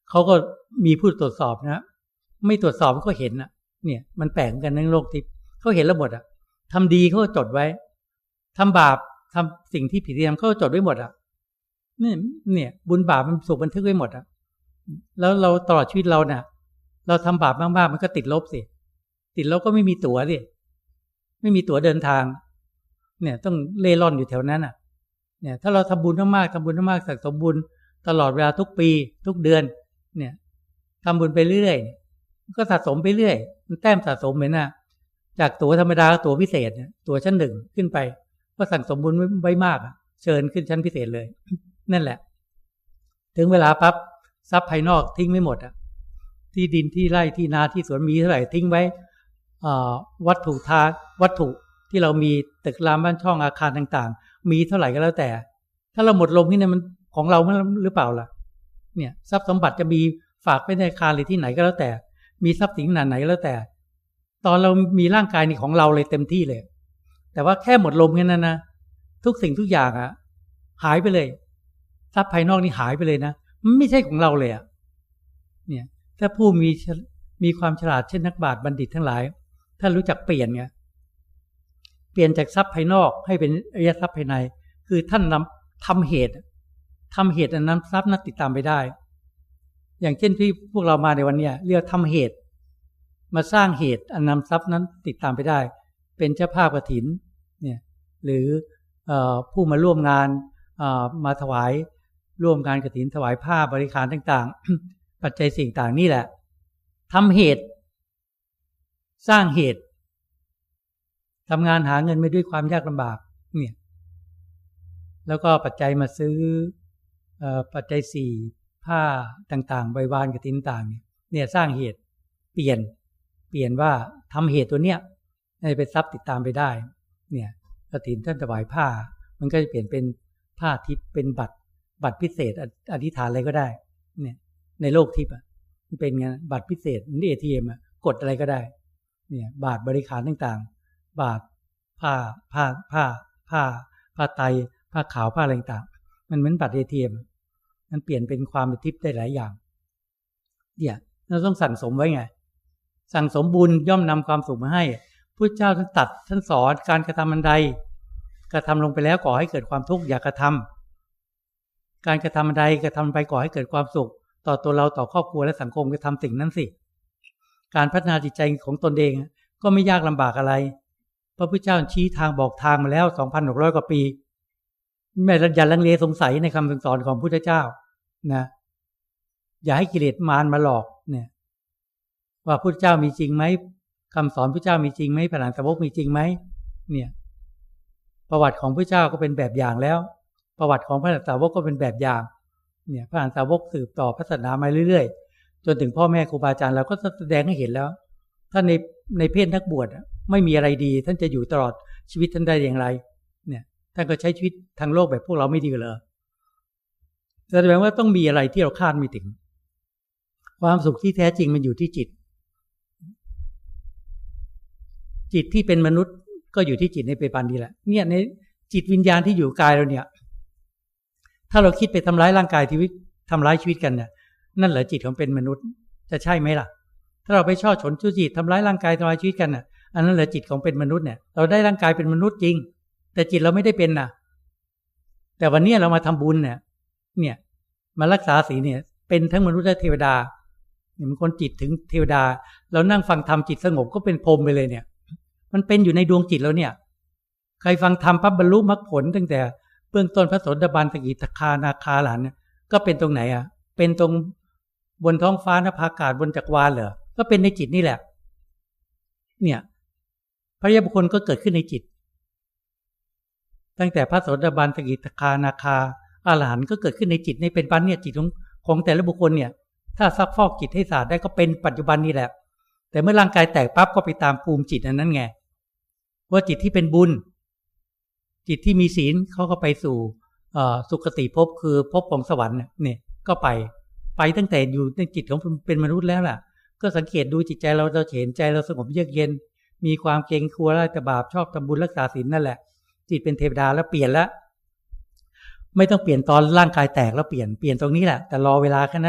เขาก็มีผู้ตรวจสอบนะไม่ตรวจสอบก็เห็นนะเนี่ยมันแปลกกันในโลกทิพย์เขาเห็นระหมดอ่ะทำดีเขาก็จดไว้ทำบาปทำสิ่งที่ผิดที่ทำเขาก็จดไว้หมดอ่ะเนี่ยเนี่ยบุญบาปมันถูกบันทึกไว้หมดอ่ะแล้วเราตลอดชีวิตเราเนี่ยเราทำบาปมากๆมันก็ติดลบสิติดลบก็ไม่มีตั๋วสิไม่มีตั๋วเดินทางเนี่ยต้องเล่ร่อนอยู่แถวนั้นอ่ะเนี่ยถ้าเราทำบุญมากๆทำบุญมากๆสะสมบุญตลอดเวลาทุกปีทุกเดือนเนี่ยทำบุญไปเรื่อยๆก็สะสมไปเรื่อยมันแต้มสะสมเหมือนน่ะจากตั๋วธรรมดาตั๋วพิเศษเนี่ยตั๋วชั้นหนึ่งขึ้นไปก็สั่งสมบุญไว้มากเชิญขึ้นชั้นพิเศษเลยนั่นแหละถึงเวลาปั๊บทรัพย์ภายนอกทิ้งไม่หมดอ่ะที่ดินที่ไร่ที่นาที่สวนมีเท่าไหร่ทิ้งไว้วัตถุทาวัตถุที่เรามีตึกรามบ้านช่องอาคารต่างๆมีเท่าไหร่ก็แล้วแต่ถ้าเราหมดลมที่นี่มันของเราหรือเปล่าล่ะเนี่ยทรัพย์สมบัติจะมีฝากไว้ในอาคารหรือที่ไหนก็แล้วแต่มีทรัพย์สินขนาดไหนก็แล้วแต่ตอนเรามีร่างกายนี่ของเราเลยเต็มที่เลยแต่ว่าแค่หมดลมแค่นั้นนะทุกสิ่งทุกอย่างอ่ะหายไปเลยทรัพย์ภายนอกนี่หายไปเลยนะมันไม่ใช่ของเราเลยอ่ะเนี่ยถ้าผู้มีมีความฉลาดเช่นนักบาชบัณฑิตทั้งหลายถ้ารู้จักเปลี่ยนไงเปลี่ยนจากทรัพย์ภายนอกให้เป็นอริยทรัพย์ภายในคือท่านนำทำเหตุทำเหตุอันนั้นทรัพย์นั้นติดตามไปได้อย่างเช่นที่พวกเรามาในวันนี้เรียกทำเหตุมาสร้างเหตุอันนำทรัพย์นั้นติดตามไปได้เป็นเจ้าภาพกฐินเนี่ยหรือผู้มาร่วมงานมาถวายร่วมงานกฐินถวายผ้าบริการต่างๆปัจจัยสิ่งต่างนี่แหละทำเหตุสร้างเหตุทำงานหาเงินไม่ด้วยความยากลำบากเนี่ยแล้วก็ปัจจัยมาซื้อปัจจัยสี่ผ้าต่างๆใบวานกฐินต่างเนี่ยสร้างเหตุเปลี่ยนเปลี่ยนว่าทำเหตุตัวเนี้ยให้เป็นทรัพย์ติดตามไปได้เนี่ยกฐินท่านถวายผ้ามันก็จะเปลี่ยนเป็นผ้าทิพย์เป็นบัตรบัตรพิเศษอธิษฐานอะไรก็ได้เนี่ยในโลกทิพย์อ่ะมันเป็นไงบัตรพิเศษนี่ เอ ที เอ็ม อ่ะกดอะไรก็ได้เนี่ยบาทบริการต่างๆบาทผ้าผ้าผ้าผ้าผ้าไตรผ้าขาวผ้าอะไรต่างๆมันเหมือนบัตร เอ ที เอ็ม มันเปลี่ยนเป็นความเป็นทิพย์ได้หลายอย่างเนี่ยเราต้องสั่งสมไว้ไงสั่งสมบุญย่อมนำความสุขมาให้พุทธเจ้าท่านตัดท่านสอนการกระทำอันใดกระทำลงไปแล้วก่อให้เกิดความทุกข์อย่ากระทำการกระทำอันใดกระทำไปก่อให้เกิดความสุขต่อตัวเราต่อครอบครัวและสังคมก็ทำสิ่งนั้นสิการพัฒนาจิตใจของตนเองก็ไม่ยากลำบากอะไรพระพุทธเจ้าชี้ทางบอกทางมาแล้ว สองพันหกร้อย กว่าปีไม่อย่าลังเลสงสัยในคำสอนของพระพุทธเจ้านะอย่าให้กิเลสมารมาหลอกเนี่ยว่าพระพุทธเจ้ามีจริงไหมคำสอนพระเจ้ามีจริงไหมพระอรหันตสาวกมีจริงไหมเนี่ยประวัติของพระเจ้าก็เป็นแบบอย่างแล้วประวัติของพระอรหันตสาวกก็เป็นแบบอย่างเนี่ยพระอรหันตสาวกสืบต่อศาสนามาเรื่อยๆจนถึงพ่อแม่ครูบาอาจารย์เราก็แสดงให้เห็นแล้วถ้าในในเพศนักบวชไม่มีอะไรดีท่านจะอยู่ตลอดชีวิตท่านได้อย่างไรเนี่ยท่านก็ใช้ชีวิตทางโลกแบบพวกเราไม่ดีเลยแสดงว่าต้องมีอะไรที่เราคาดไม่ถึงความสุขที่แท้จริงมันอยู่ที่จิตจิตที่เป็นมนุษย์ก็อยู่ที่จิตในปัจจุบันนี้แหละเนี่ยในจิตวิญญาณที่อยู่กายเราเนี่ยถ้าเราคิดไปทำร้ายร่างกายชีวิตทำร้ายชีวิตกันเนี่ยนั่นเหรอจิตของเป็นมนุษย์จะใช่ไหมล่ะถ้าเราไปช่อฉนชูจิตทำร้ายร่างกายทำร้ายชีวิตกันน่ะอันนั้นเหรอจิตของเป็นมนุษย์เนี่ยเราได้ร่างกายเป็นมนุษย์จริงแต่จิตเราไม่ได้เป็นนะแต่วันนี้เรามาทำบุญเนี่ยเนี่ยมารักษาศีลเนี่ยเป็นทั้งมนุษย์และเทวดาเนี่ยมันคนจิตถึงเทวดาเรานั่งฟังธรรมจิตสงบก็เป็นพรหมไปเลยเนี่ยมันเป็นอยู่ในดวงจิตแล้วเนี่ยใครฟังธรรมปั๊บบรรลุมรรคผลตั้งแต่เบื้องต้นพระโสดาบันสกิทาคานาคาหลานเนี่ยก็เป็นตรงไหนอ่ะเป็นตรงบนท้องฟ้านภาอากาศบนจักรวาลเหรอก็เป็นในจิตนี่แหละเนี่ยพระยาบุคคลก็เกิดขึ้นในจิตตั้งแต่พระโสดาบันสกิทาคานาคาอรหันต์ก็เกิดขึ้นในจิตในเป็นปัจจุบันเนี่ยจิตของของแต่ละบุคคลเนี่ยถ้าซักฟอกจิตให้สะอาดได้ก็เป็นปัจจุบันนี่แหละแต่เมื่อร่างกายแตกปั๊บก็ไปตามภูมิจิตอันนั้นไงว่าจิตที่เป็นบุญจิตที่มีศีลเขาก็ไปสู่สุคติภพคือภพของสวรรค์เนี่ยก็ไปไปตั้งแต่อยู่ในจิตของเป็นมนุษย์แล้วล่ะก็สังเกตดูจิตใจเราเราเห็นใจเราสงบเยือกเย็นมีความเกรงกลัวละแต่บาปชอบทำบุญรักษาศีลนั่นแหละจิตเป็นเทวดาแล้วเปลี่ยนแล้วไม่ต้องเปลี่ยนตอนร่างกายแตกแล้วเปลี่ยนเปลี่ยนตรงนี้แหละแต่รอเวลาแค่นั้นแหละ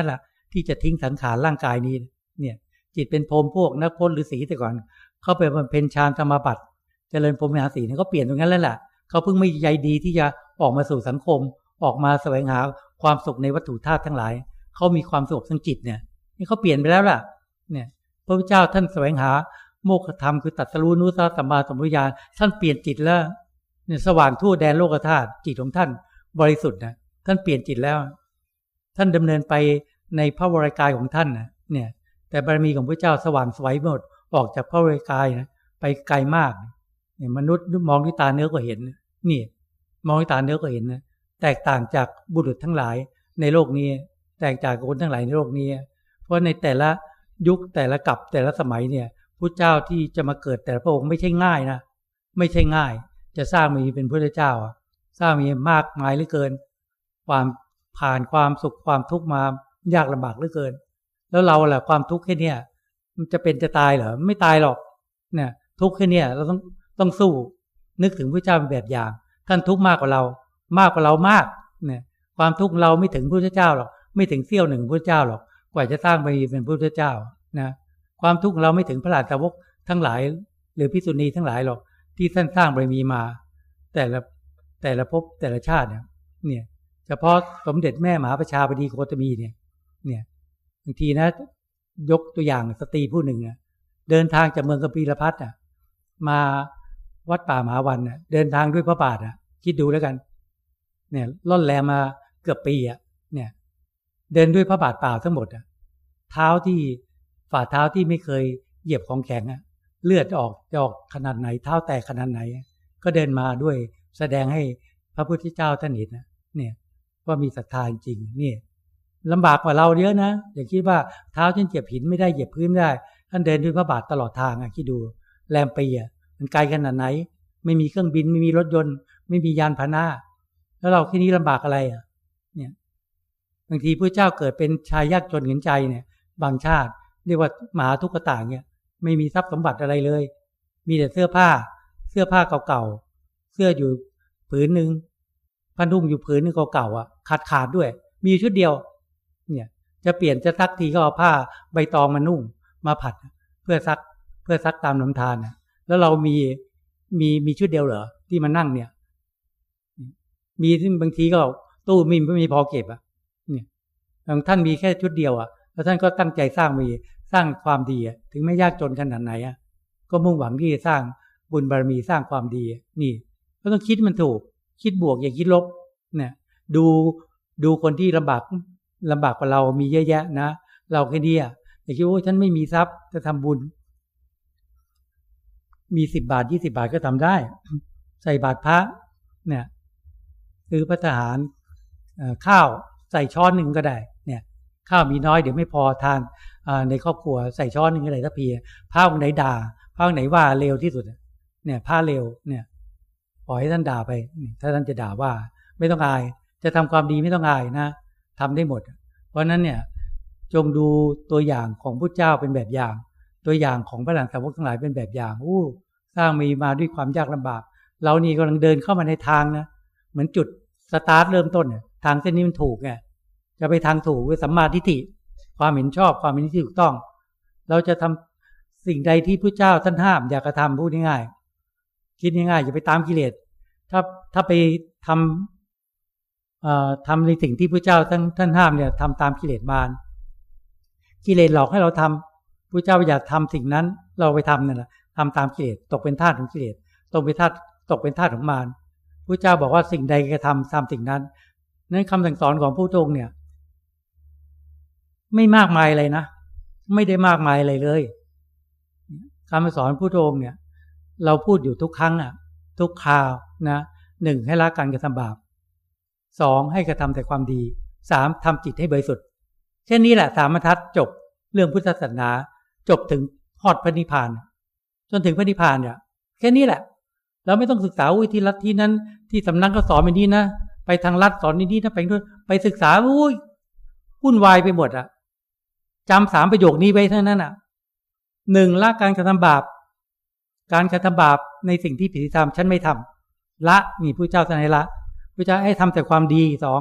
ที่จะทิ้งสังขารร่างกายนี้เนี่ยจิตเป็นพรหมพวกนักพจน์ฤาษีแต่ก่อนเข้าไปบำเพ็ญฌานสมาบัติเจริญพรหมวิหารสีเนี่ยเขาเปลี่ยนตรงนั้นแล้วแหละเขาเพิ่งไม่ใยดีที่จะออกมาสู่สังคมออกมาแสวงหาความสุขในวัตถุธาตุทั้งหลายเขามีความสงบทางจิตเนี่ยนี่เขาเปลี่ยนไปแล้วล่ะเนี่ยพระพุทธเจ้าท่านแสวงหาโมกขธรรมคือตรัสรู้นุสสสัมมาสัมปวิญญาณท่านเปลี่ยนจิตแล้วเนี่ยสว่างทั่วแดนโลกธาตุจิตของท่านบริสุทธิ์นะท่านเปลี่ยนจิตแล้วท่านดำเนินไปในพระวรกายของท่านนะเนี่ยแต่บารมีของพระเจ้าสว่างไสวหมดออกจากพระวรกายนะไปไกลมากเนี่ยมนุษย์มองด้วยตาเนื้อก็เห็นนี่มองด้วยตาเนื้อก็เห็นนะแตกต่างจากบุรุษทั้งหลายในโลกนี้แตกจากคนทั้งหลายในโลกนี้เพราะในแต่ละยุคแต่ละกับแต่ละสมัยเนี่ยพระเจ้าที่จะมาเกิดแต่ละพระองค์ไม่ใช่ง่ายนะไม่ใช่ง่ายจะสร้างมีเป็นพระเจ้าสร้างมีมากมายเหลือเกินความผ่านความสุขความทุกข์มายากลำบากเหลือเกินแล้วเราแหละความทุกข์แค่นี้มันจะเป็นจะตายเหรอไม่ตายหรอกเนี่ยทุกข์แค่นี้เราต้องต้องสู้นึกถึงพระเจ้าเป็นแบบอย่างท่านทุกข์มากกว่าเรามากกว่าเรามากเนี่ยความทุกข์เราไม่ถึงพระเจ้าหรอกไม่ถึงเสี้ยวหนึ่งพระเจ้าหรอกกว่าจะสร้างบารมีเป็นพระเจ้านะความทุกข์เราไม่ถึงพระราชาวกทั้งหลายหรือภิกษุณีทั้งหลายหรอกที่ท่านสร้างบารมีมาแต่ละแต่ละภพแต่ละชาติเนี่ยเนี่ยเฉพาะสมเด็จแม่มหาประชาบดีโคตมีเนี่ยเนี่ยบางทีนะยกตัวอย่างสตรีผู้หนึ่งนะเดินทางจากเมืองกบิลพัสดุมาวัดป่ามหาวันนะเดินทางด้วยพระบาทอ่ะคิดดูแล้วกันเนี่ยล่อนแลมาเกือบปีอ่ะเนี่ยเดินด้วยพระบาทเปล่าทั้งหมดอ่ะเท้าที่ฝ่าเท้าที่ไม่เคยเหยียบของแข็งอ่ะเลือดออกจะออกขนาดไหนเท้าแตกขนาดไหนก็เดินมาด้วยแสดงให้พระพุทธเจ้าท่านเห็นนะเนี่ยว่ามีศรัทธาจริงนี่ลำบากกว่าเราเยอะนะอย่าคิดว่าเท้าฉันเหยียบหินไม่ได้เหยียบพื้นไม่ได้ท่านเดินด้วยพระบาทตลอดทางอ่ะคิดดูแรมปีอ่ะมันไกลขนาดไหนไม่มีเครื่องบินไม่มีรถยนต์ไม่มียานพาหนะแล้วเราแค่นี้ลำบากอะไรอ่ะเนี่ยบางทีพระเจ้าเกิดเป็นชายยากจนเห็นใจเนี่ยบางชาติเรียกว่ามหาทุกขตาเนี่ยไม่มีทรัพย์สมบัติอะไรเลยมีแต่เสื้อผ้าเสื้อผ้าเก่าๆเสื้ออยู่ผืนนึงผ้านุ่งอยู่ผืนนึงเก่าๆอ่ะขาดขาดด้วยมีชุดเดียวเนี่ยจะเปลี่ยนจะซักทีก็เอาผ้าใบตองมานุ่งมาผัดเพื่อซักเพื่อซักตามลำธารนะแล้วเรามีมีมีชุดเดียวเหรอที่มานั่งเนี่ยมีที่บางทีก็ตู้มีไม่มีพอเก็บอ่ะเนี่ยบางท่านมีแค่ชุดเดียวอ่ะแล้วท่านก็ตั้งใจสร้างมีสร้างความดีอ่ะถึงไม่ยากจนขนาดไหนอ่ะก็มุ่งหวังที่จะสร้างบุญบารมีสร้างความดีนี่ก็ต้องคิดมันถูกคิดบวกอย่าคิดลบเนี่ยดูดูคนที่ลำบากลำบากกว่าเรามีเยอะแยะนะเราแค่นี้อ่ะอย่าคิดว่าฉันไม่มีทรัพย์จะทำบุญมีสิบบาทยี่สิบาทก็ทำได้ใส่บาตรพระเนี่ยซื้อพระทหารข้าวใส่ช้อนหนึ่งก็ได้เนี่ยข้าวมีน้อยเดี๋ยวไม่พอทานในครอบครัวใส่ช้อนหนึ่งก็ได้ทัพพีพระองค์ไหนด่าพระองค์ไหนว่าเลวที่สุดเนี่ยพระเลวเนี่ยปล่อยให้ท่านด่าไปถ้าท่านจะด่าว่าไม่ต้องอายจะทำความดีไม่ต้องอายนะทำได้หมดเพราะนั้นเนี่ยจงดูตัวอย่างของพุทธเจ้าเป็นแบบอย่างตัวอย่างของพระหลานสาวกทั้งหลายเป็นแบบอย่างอู้สร้างมีมาด้วยความยากลำบากเรานี่กำลังเดินเข้ามาในทางนะเหมือนจุดสตาร์ทเริ่มต้นเนี่ยทางเส้นนี้มันถูกไงจะไปทางถูกคือสัมมาทิฏฐิความเห็นชอบความเห็นที่ถูกต้องเราจะทำสิ่งใดที่พระเจ้าท่านห้ามอย่ากระทำพูดง่ายๆคิดง่ายๆอย่าไปตามกิเลสถ้าถ้าไปทำเอ่อทำในสิ่งที่พระเจ้าท่านท่านห้ามเนี่ยทำตามกิเลสมารกิเลสหลอกให้เราทำพระเจ้าอยากทำสิ่งนั้นเราไปทำนั่นแหละทำตามกิเลสตกเป็นทาสของกิเลสตกเป็นทาสตกเป็นทาสของมารพระเจ้าบอกว่าสิ่งใดกระทำตามสิ่งนั้นนั้นคำสั่งสอนของพระพุทธองค์เนี่ยไม่มากมายอะไรนะไม่ได้มากมายอะไรเลยคำสอนพระพุทธองค์เนี่ยเราพูดอยู่ทุกครั้งอ่ะทุกคราวนะหนึ่งให้ละการกระทำบาปสองให้กระทำแต่ความดีสามทำจิตให้บริสุทธิ์แค่นี้แหละสามบรรทัดจบเรื่องพุทธศาสนาจบถึงฮอดพระนิพพานจนถึงพระนิพพานเนี่ยแค่นี้แหละเราไม่ต้องศึกษาอุ้ยที่รัฐที่นั้นที่สำนักก็สอนแบบนี้นะไปทางรัฐสอนนี้นะไปด้วยไปศึกษาอุ้ยวุ่นวายไปหมดอ่ะจำสามประโยคนี้ไว้เท่านั้นอ่ะหนึ่งละการกระทำบาปการกระทำบาปในสิ่งที่ผิดธรรมฉันไม่ทำละนี่พระเจ้าท่านให้ละพระเจ้าให้ทำแต่ความดีสอง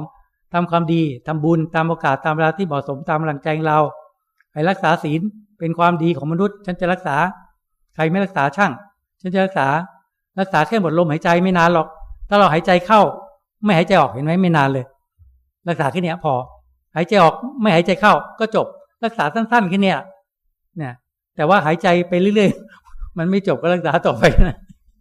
ทำความดีทำบุญตามโอกาสตามเวลาที่เหมาะสมตามกำลังใจของเราให้รักษาศีลเป็นความดีของมนุษย์ฉันจะรักษาใครไม่รักษาช่างฉันจะรักษารักษาแค่หมดลมหายใจไม่นานหรอกถ้าเราหายใจเข้าไม่หายใจออกเห็นไหมไม่นานเลยรักษาแค่นี้พอหายใจออกไม่หายใจเข้าก็จบรักษาสั้นๆแค่นี้เนี่ยแต่ว่าหายใจไปเรื่อยๆมันไม่จบก็รักษาต่อไปนะ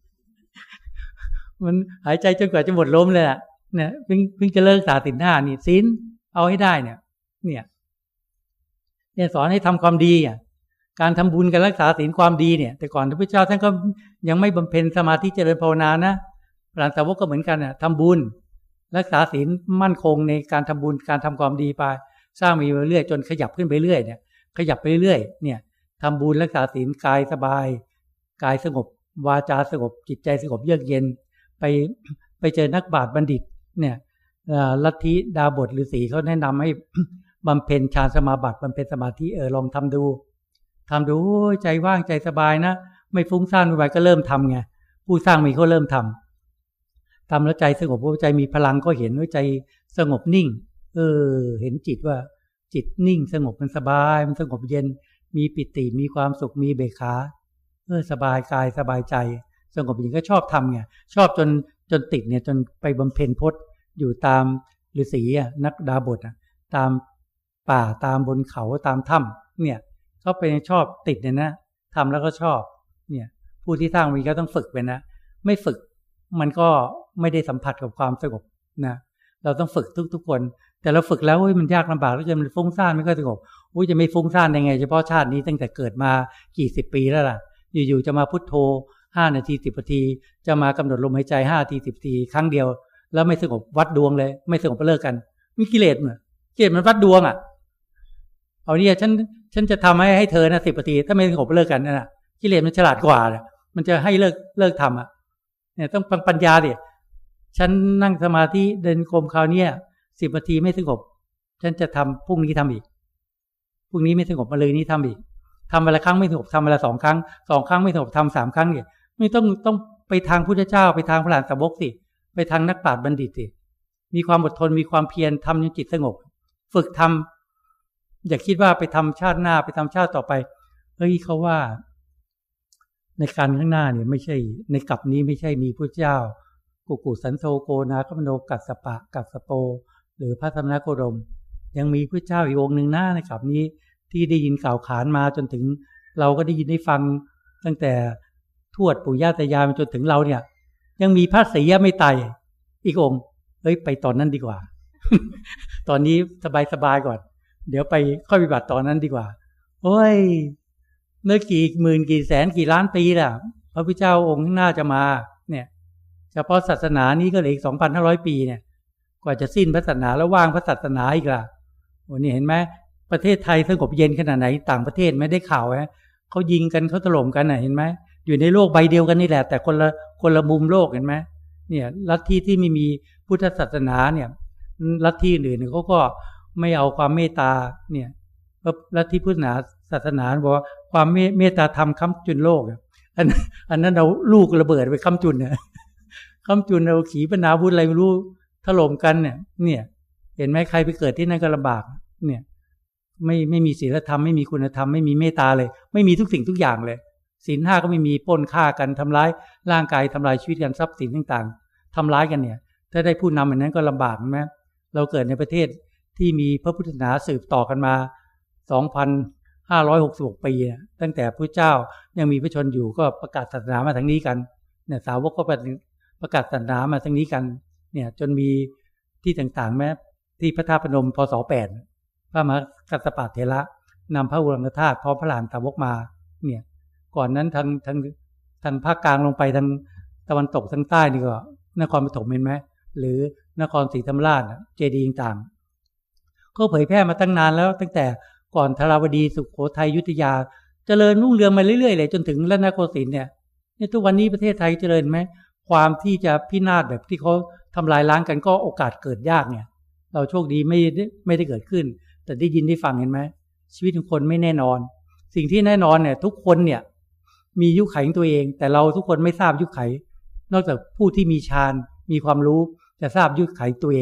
มันหายใจจนกว่าจะหมดลมเลยอ่ะเนี่ยเพิ่งเพิ่งจะเลิกรักษาศีลห้านี่ศีลเอาให้ได้เนี่ยเนี่ยเนี่ยสอนให้ทำความดีอ่ะการทำบุญการรักษาศีลความดีเนี่ยแต่ก่อนพระพุทธเจ้าท่านก็ยังไม่บำเพ็ญสมาธิเจริญภาวนานะพระสาวกก็เหมือนกันอ่ะทำบุญรักษาศีลมั่นคงในการทำบุญการทำความดีไปสร้างมีไปเรื่อยจนขยับขึ้นไปเรื่อยเนี่ยขยับไปเรื่อยเนี่ยทำบุญรักษาศีลกายสบายกายสงบวาจาสงบจิตใจสงบเยือกเย็นไปไปเจอนักบาชบัณฑิตเนี่ยลัทธิดาบทฤาษีเขาแนะนำให้บำเพ็ญฌานสมาบัติบำเพ็ญสมาธิเออลองทำดูทำดูใจว่างใจสบายนะไม่ฟุ้งซ่านไปก็เริ่มทำไงผู้สร้างมีเขาเริ่มทำทำแล้วใจสงบใจมีพลังก็เห็นว่าใจสงบนิ่งเออเห็นจิตว่าจิตนิ่งสงบมันสบายมันสงบเย็นมีปิติมีความสุขมีเบกขาเออสบายกายสบายใจสงบอย่างก็ชอบทำไงชอบจนจนติดเนี่ยจนไปบำเพ็ญพจน์อยู่ตามฤาษีอ่ะนักดาบทอ่ะตามป่าตามบนเขาตามถ้ำเนี่ยเขาไปชอบติดเนี่ยนะทำแล้วก็ชอบเนี่ยผู้ที่สร้างมีก็ต้องฝึกไปนะไม่ฝึกมันก็ไม่ได้สัมผัสกับความสงบนะเราต้องฝึกทุกๆคนแต่เราฝึกแล้วมันยากลำบากแล้วจะมันฟุ้งซ่านไม่ค่อยสงบอุ้ยจะไม่ฟุ้งซ่านได้ไงเฉพาะชาตินี้ตั้งแต่เกิดมากี่สิบปีแล้วล่ะอยู่ๆจะมาพุทโธห้านาทีสิบนาทีจะมากำหนดลมหายใจห้านาทีสิบนาทีครั้งเดียวแล้วไม่สงบวัดดวงเลยไม่สงบเลิกกันมีกิเลสเหรอกิเลสมันวัดดวงอ่ะเอาเนี่ยฉันฉันจะทำให้ให้เธอนะสิบนาทีถ้าไม่สงบเลิกกันนั่นแหละกิเลสมันฉลาดกว่าเนี่ยมันจะให้เลิกเลิกทำอ่ะเนี่ยต้องปัญญาดิฉันนั่งสมาธิเดินกรมคราวนี้สิบนาทีไม่สงบฉันจะทำพรุ่งนี้ทำอีกพรุ่งนี้ไม่สงบมาเลยนี้ทำอีกทำเวลาครั้งไม่สงบทำเวลาสองครั้งสองครั้งไม่สงบทำสามครั้งเนี่ยไม่ต้องต้องไปทางพุทธเจ้าไปทางพระอรหันตสาวกสิไปทางนักปราชญ์บัณฑิตสิมีความอดทนมีความเพียรทำจนจิตสงบฝึกทำอย่าคิดว่าไปทำชาติหน้าไปทำชาติต่อไปเฮ้ยเขาว่าในการข้างหน้าเนี่ยไม่ใช่ในกลับนี้ไม่ใช่มีพระเจ้ากุกุสันโธโกนาคมโนกัสสปะกัสสโปหรือพระธรรมโคดมยังมีพระเจ้าอีกองค์หนึ่งหน้าในกลับนี้ที่ได้ยินกล่าวขานมาจนถึงเราก็ได้ยินได้ฟังตั้งแต่ทวดปู่ย่าตายายจนถึงเราเนี่ยยังมีพระศรีไม่ไตอีกองค์เฮ้ยไปตอนนั้นดีกว่า ตอนนี้สบายๆก่อนเดี๋ยวไปค่อยปฏิบัติตอนนั้นดีกว่าโอ้ยเมื่อกี่หมื่นกี่แสนกี่ล้านปีล่ะพระพุทธเจ้าองค์ข้างหน้าจะมาเนี่ยเฉพาะศาสนานี้ก็เหลืออีก สองพันห้าร้อย ปีเนี่ยกว่าจะสิ้นพระศาสนาแล้วว่างพระศาสนาอีกล่ะโอ้นี่เห็นไหมประเทศไทยสงบเย็นขนาดไหนต่างประเทศไม่ได้ข่าวฮะเขายิงกันเขาถล่มกันน่ะเห็นไหมอยู่ในโลกใบเดียวกันนี่แหละแต่คนละคนละมุมโลกเห็นไหมเนี่ยลัทธิที่ไม่มีพุทธศาสนาเนี่ยลัทธิอื่นเขาก็ไม่เอาความเมตตาเนี่ยลัทธิพุทธศาสนาบอกว่าความเมตตาธรรมค้ำจุนโลกอันอันนั้นเอาลูกระเบิดไปค้ำจุนเนี่ยค้ำจุนเอาขีปนาวุธอะไรไม่รู้ถล่มกันเนี่ยเนี่ยเห็นไหมใครไปเกิดที่นั่นก็ลำบากเนี่ยไม่ไม่มีศีลธรรมไม่มีคุณธรรมไม่มีเมตตาเลยไม่มีทุกสิ่งทุกอย่างเลยศีลห้าก็ไม่มีปล้นฆ่ากันทำร้ายร่างกายทำลายชีวิตกันทรัพย์สินต่างๆทำร้ายกันเนี่ยถ้าได้ผู้นำแบบนั้นก็ลำบากไหมเราเกิดในประเทศที่มีพระพุทธศาสนาสืบต่อกันมา สองพันห้าร้อยหกสิบหก ปีตั้งแต่พระเจ้ายังมีพระชนอยู่ก็ประกาศศาสนามาทางนี้กันเนี่ยสาวกก็ประกาศศาสนามาทางนี้กันเนี่ยจนมีที่ต่างๆแม้ที่พระธาตุพนมพ.ศ. แปดพระมหากัสสปะเถระนำพระอุรังคธาตุพร้อมพระอรหันตสาวกมาเนี่ยก่อนนั้นทางทางทางภาคกลางลงไปทางตะวันตกทางใต้นี่ก็นครปฐมเห็นไหมหรือนครศรีธรรมราชเจดีย์ต่างๆก็เผยแพร่มาตั้งนานแล้วตั้งแต่ก่อนธาราวดีสุโขทัยอยุธยาเจริญรุ่งเรืองมาเรื่อยๆเลยจนถึงรัตนโกสินทร์เนี่ยเนี่ยทุกวันนี้ประเทศไทยเจริญไหมความที่จะพินาศแบบที่เขาทำลายล้างกันก็โอกาสเกิดยากเนี่ยเราโชคดีไม่ได้ไม่ได้เกิดขึ้นแต่ได้ยินได้ฟังเห็นไหมชีวิตของคนไม่แน่นอนสิ่งที่แน่นอนเนี่ยทุกคนเนี่ยมียุคไขของตัวเองแต่เราทุกคนไม่ทราบยุคไขนอกจากผู้ที่มีฌานมีความรู้จะทราบยุคไขตัวเอง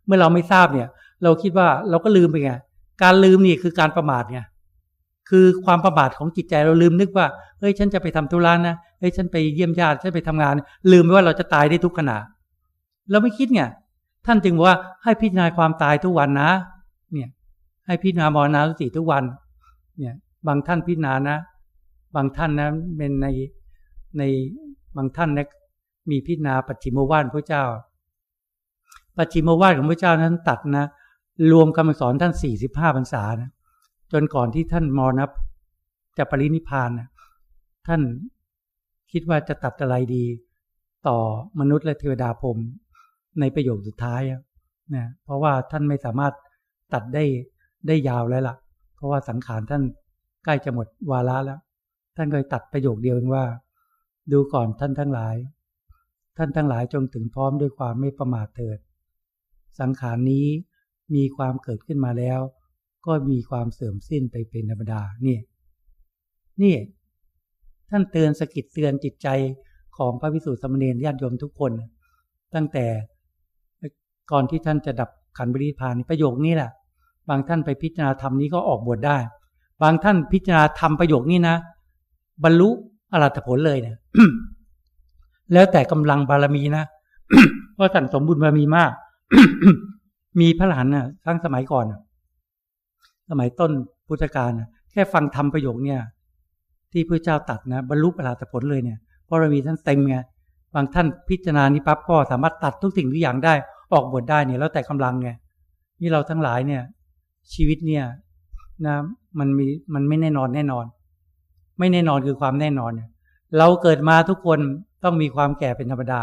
เมื่อเราไม่ทราบเนี่ยเราคิดว่าเราก็ลืมไปไงการลืมนี่คือการประมาทไงคือความประมาทของจิตใจเราลืมนึกว่าเฮ้ยฉันจะไปทำธุระนะเฮ้ยฉันไปเยี่ยมญาติฉันไปทำงานลืมไปว่าเราจะตายได้ทุกขณะเราไม่คิดไงท่านจึงว่าให้พิจารณาความตายทุกวันนะเนี่ยให้พิจารณามรณานุสติทุกวันเนี่ยบางท่านพิจารณานะบางท่านนะเป็นในในบางท่านนะมีพิจารณาปัจฉิมวาทพระเจ้าปัจฉิมวาทของพระเจ้านั้นตัดนะรวมคำสอนท่านสี่สิบห้าพรรษานะจนก่อนที่ท่านมรณะจะปรินิพพานนะท่านคิดว่าจะตัดอะไรดีต่อมนุษย์และเทวดาพรหมในประโยคสุดท้ายนะเพราะว่าท่านไม่สามารถตัดได้ได้ยาวแล้วล่ะเพราะว่าสังขารท่านใกล้จะหมดวาระแล้วท่านก็เลยตัดประโยคเดียวเองว่าดูก่อนท่านทั้งหลายท่านทั้งหลายจงถึงพร้อมด้วยความไม่ประมาทเถิดสังขารนี้มีความเกิดขึ้นมาแล้วก็มีความเสื่อมสิ้นไปเป็นธรรมดานี่นี่ท่านเตือนสกิดเตือนจิตใจของพระภิกษุสามเณรญาติโยมทุกคนตั้งแต่ก่อนที่ท่านจะดับขันธ์ปรินิพพานประโยคนี้แหละบางท่านไปพิจารณาธรรมนี้ก็ออกบวชได้บางท่านพิจารณาธรรมประโยคนี้นะบรรลุอรหัตผลเลยเนี่ย แล้วแต่กำลังบารมีนะ เพราะท่านสมบูรณ์บารมีมาก มีพระอรหันต์น่ะทั้งสมัยก่อนสมัยต้นพุทธกาลนะแค่ฟังธรรมประโยคเนี่ยที่พระเจ้าตรัสนะบรรลุอรหัตผลเลยเนี่ยเพราะเรามีท่านเต็มไงบางท่านพิจารณานี้ปั๊บก็สามารถตัดทุกสิ่งทุกอย่างได้ออกบวชได้เนี่ยแล้วแต่กำลังไงนี่เราทั้งหลายเนี่ยชีวิตเนี่ยนะมันมีมันไม่แน่นอนแน่นอนไม่แน่นอนคือความแน่นอนเนี่ยเราเกิดมาทุกคนต้องมีความแก่เป็นธรรมดา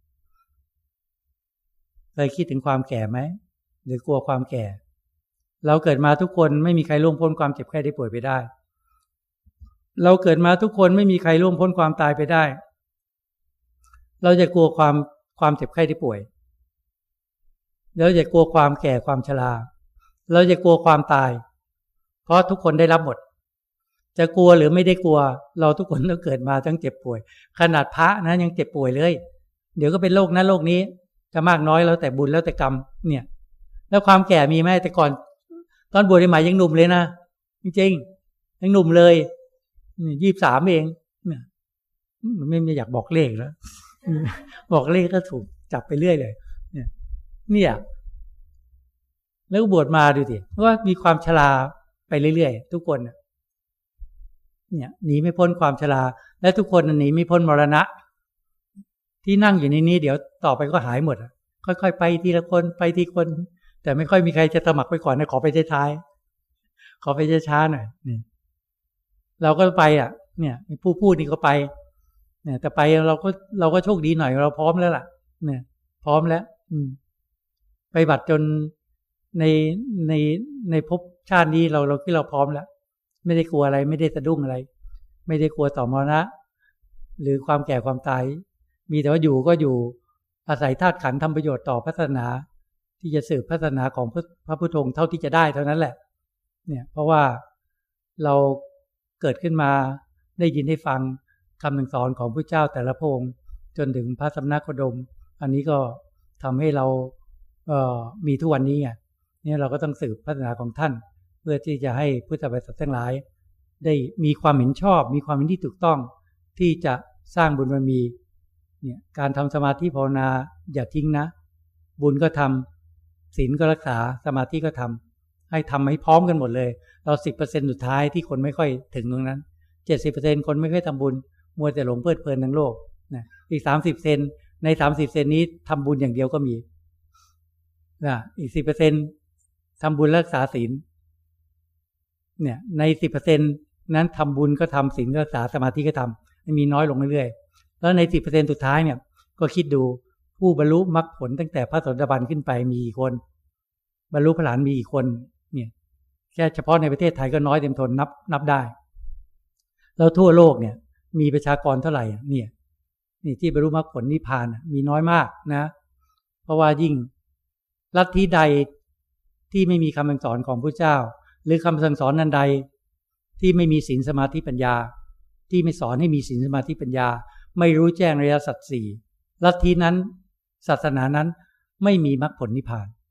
เคยคิดถึงความแก่ไหมหรือกลัวความแก่เราเกิดมาทุกคนไม่มีใครล่วงพ้นความเจ็บไข้ได้ป่วยไปได้เราเกิดมาทุกคนไม่มีใครล่วงพ้นความตายไปได้เราจะกลัวความความเจ็บไข้ได้ป่วยเราจะกลัวความแก่ความชราเราจะกลัวความตายเพราะทุกคนได้รับหมดจะกลัวหรือไม่ได้กลัวเราทุกคนต้องเกิดมาทั้งเจ็บป่วยขนาดพระนะยังเจ็บป่วยเลยเดี๋ยวก็เป็นโรคนั้นโรคนี้จะมากน้อยแล้วแต่บุญแล้วแต่กรรมเนี่ยแล้วความแก่มีไหมแต่ก่อนตอนบวชใหม่ยังหนุ่มเลยนะจริงๆยังหนุ่มเลยยี่สิบสามเองเนี่ยไม่ไม่อยากบอกเลขแล้วบอกเลขก็ถูกจับไปเรื่อยเลยเนี่ยเนี่ยแล้วบวชมาดูสิว่ามีความชราไปเรื่อยๆทุกคนเนี่ยหนีไม่พ้นความชราและทุกคนหนีไม่พ้นมรณะที่นั่งอยู่ในนี้เดี๋ยวต่อไปก็หายหมดค่อยๆไปทีละคนไปทีคนแต่ไม่ค่อยมีใครจะสมัครไปก่อนนะขอไปท้ายๆขอไปช้าๆหน่อยนี่เราก็ไปอ่ะเนี่ยผู้พูดนี่ก็ไปเนี่ยแต่ไปเราก็เราก็โชคดีหน่อยเราพร้อมแล้วล่ะเนี่ยพร้อมแล้วอืมไปบัตรจนในในในภพชาตินี้เราเราที่เราพร้อมแล้วไม่ได้กลัวอะไรไม่ได้สะดุ้งอะไรไม่ได้กลัวต่อมรณะหรือความแก่ความตายมีแต่ว่าอยู่ก็อยู่อาศัยธาตุขันธ์ทำประโยชน์ต่อศาสนาที่จะสืบศาสนาของพระพุทธองค์เท่าที่จะได้เท่านั้นแหละเนี่ยเพราะว่าเราเกิดขึ้นมาได้ยินได้ฟังคำสอนของพระเจ้าแต่ละพระองค์จนถึงพระสมณโคดมอันนี้ก็ทำให้เราเอ่อมีทุกวันนี้ไงเนี่ยเราก็ต้องสืบศาสนาของท่านเพื่อที่จะให้พุทธบริษัททั้งหลายได้มีความเห็นชอบมีความเห็นที่ถูกต้องที่จะสร้างบุญบารมีเนี่ยการทำสมาธิภาวนาอย่าทิ้งนะบุญก็ทำศีลก็รักษาสมาธิก็ทำให้ทำให้พร้อมกันหมดเลยเรา สิบเปอร์เซ็นต์ สุดท้ายที่คนไม่ค่อยถึงตรงนั้น เจ็ดสิบเปอร์เซ็นต์ คนไม่ค่อยทำบุญมัวแต่หลงเพลิดเพลินทั้งโลกนะอีก สามสิบเปอร์เซ็นต์ ใน สามสิบเปอร์เซ็นต์ นี้ทำบุญอย่างเดียวก็มีนะอีก สิบเปอร์เซ็นต์ ทำบุญรักษาศีลเนี่ยใน สิบเปอร์เซ็นต์ นั้นทำบุญก็ทำศีลก็รักษาสมาธิก็ทำมีน้อยลงเรื่อยๆแล้วใน สิบเปอร์เซ็นต์ สุดท้ายเนี่ยก็คิดดูผู้บรรลุมรรคผลตั้งแต่พระโสดาบันขึ้นไปมีกี่คนบรรลุพระอรหันต์มีกี่คนเนี่ยแค่เฉพาะในประเทศไทยก็น้อยเต็มทนนับนับได้แล้วทั่วโลกเนี่ยมีประชากรเท่าไหร่เนี่ยนี่ที่บรรลุมรรคผลนิพพานมีน้อยมากนะเพราะว่ายิ่งลัทธิใดที่ไม่มีคำสั่งสอนของพระเจ้าหรือคำสั่งสอนนั้นใดที่ไม่มีศีลสมาธิปัญญาที่ไม่สอนให้มีศีลสมาธิปัญญาไม่รู้แจ้งอริยสัจสี่ลัทธินั้นศาสนานั้นไม่มีมรรคผลนิพพาน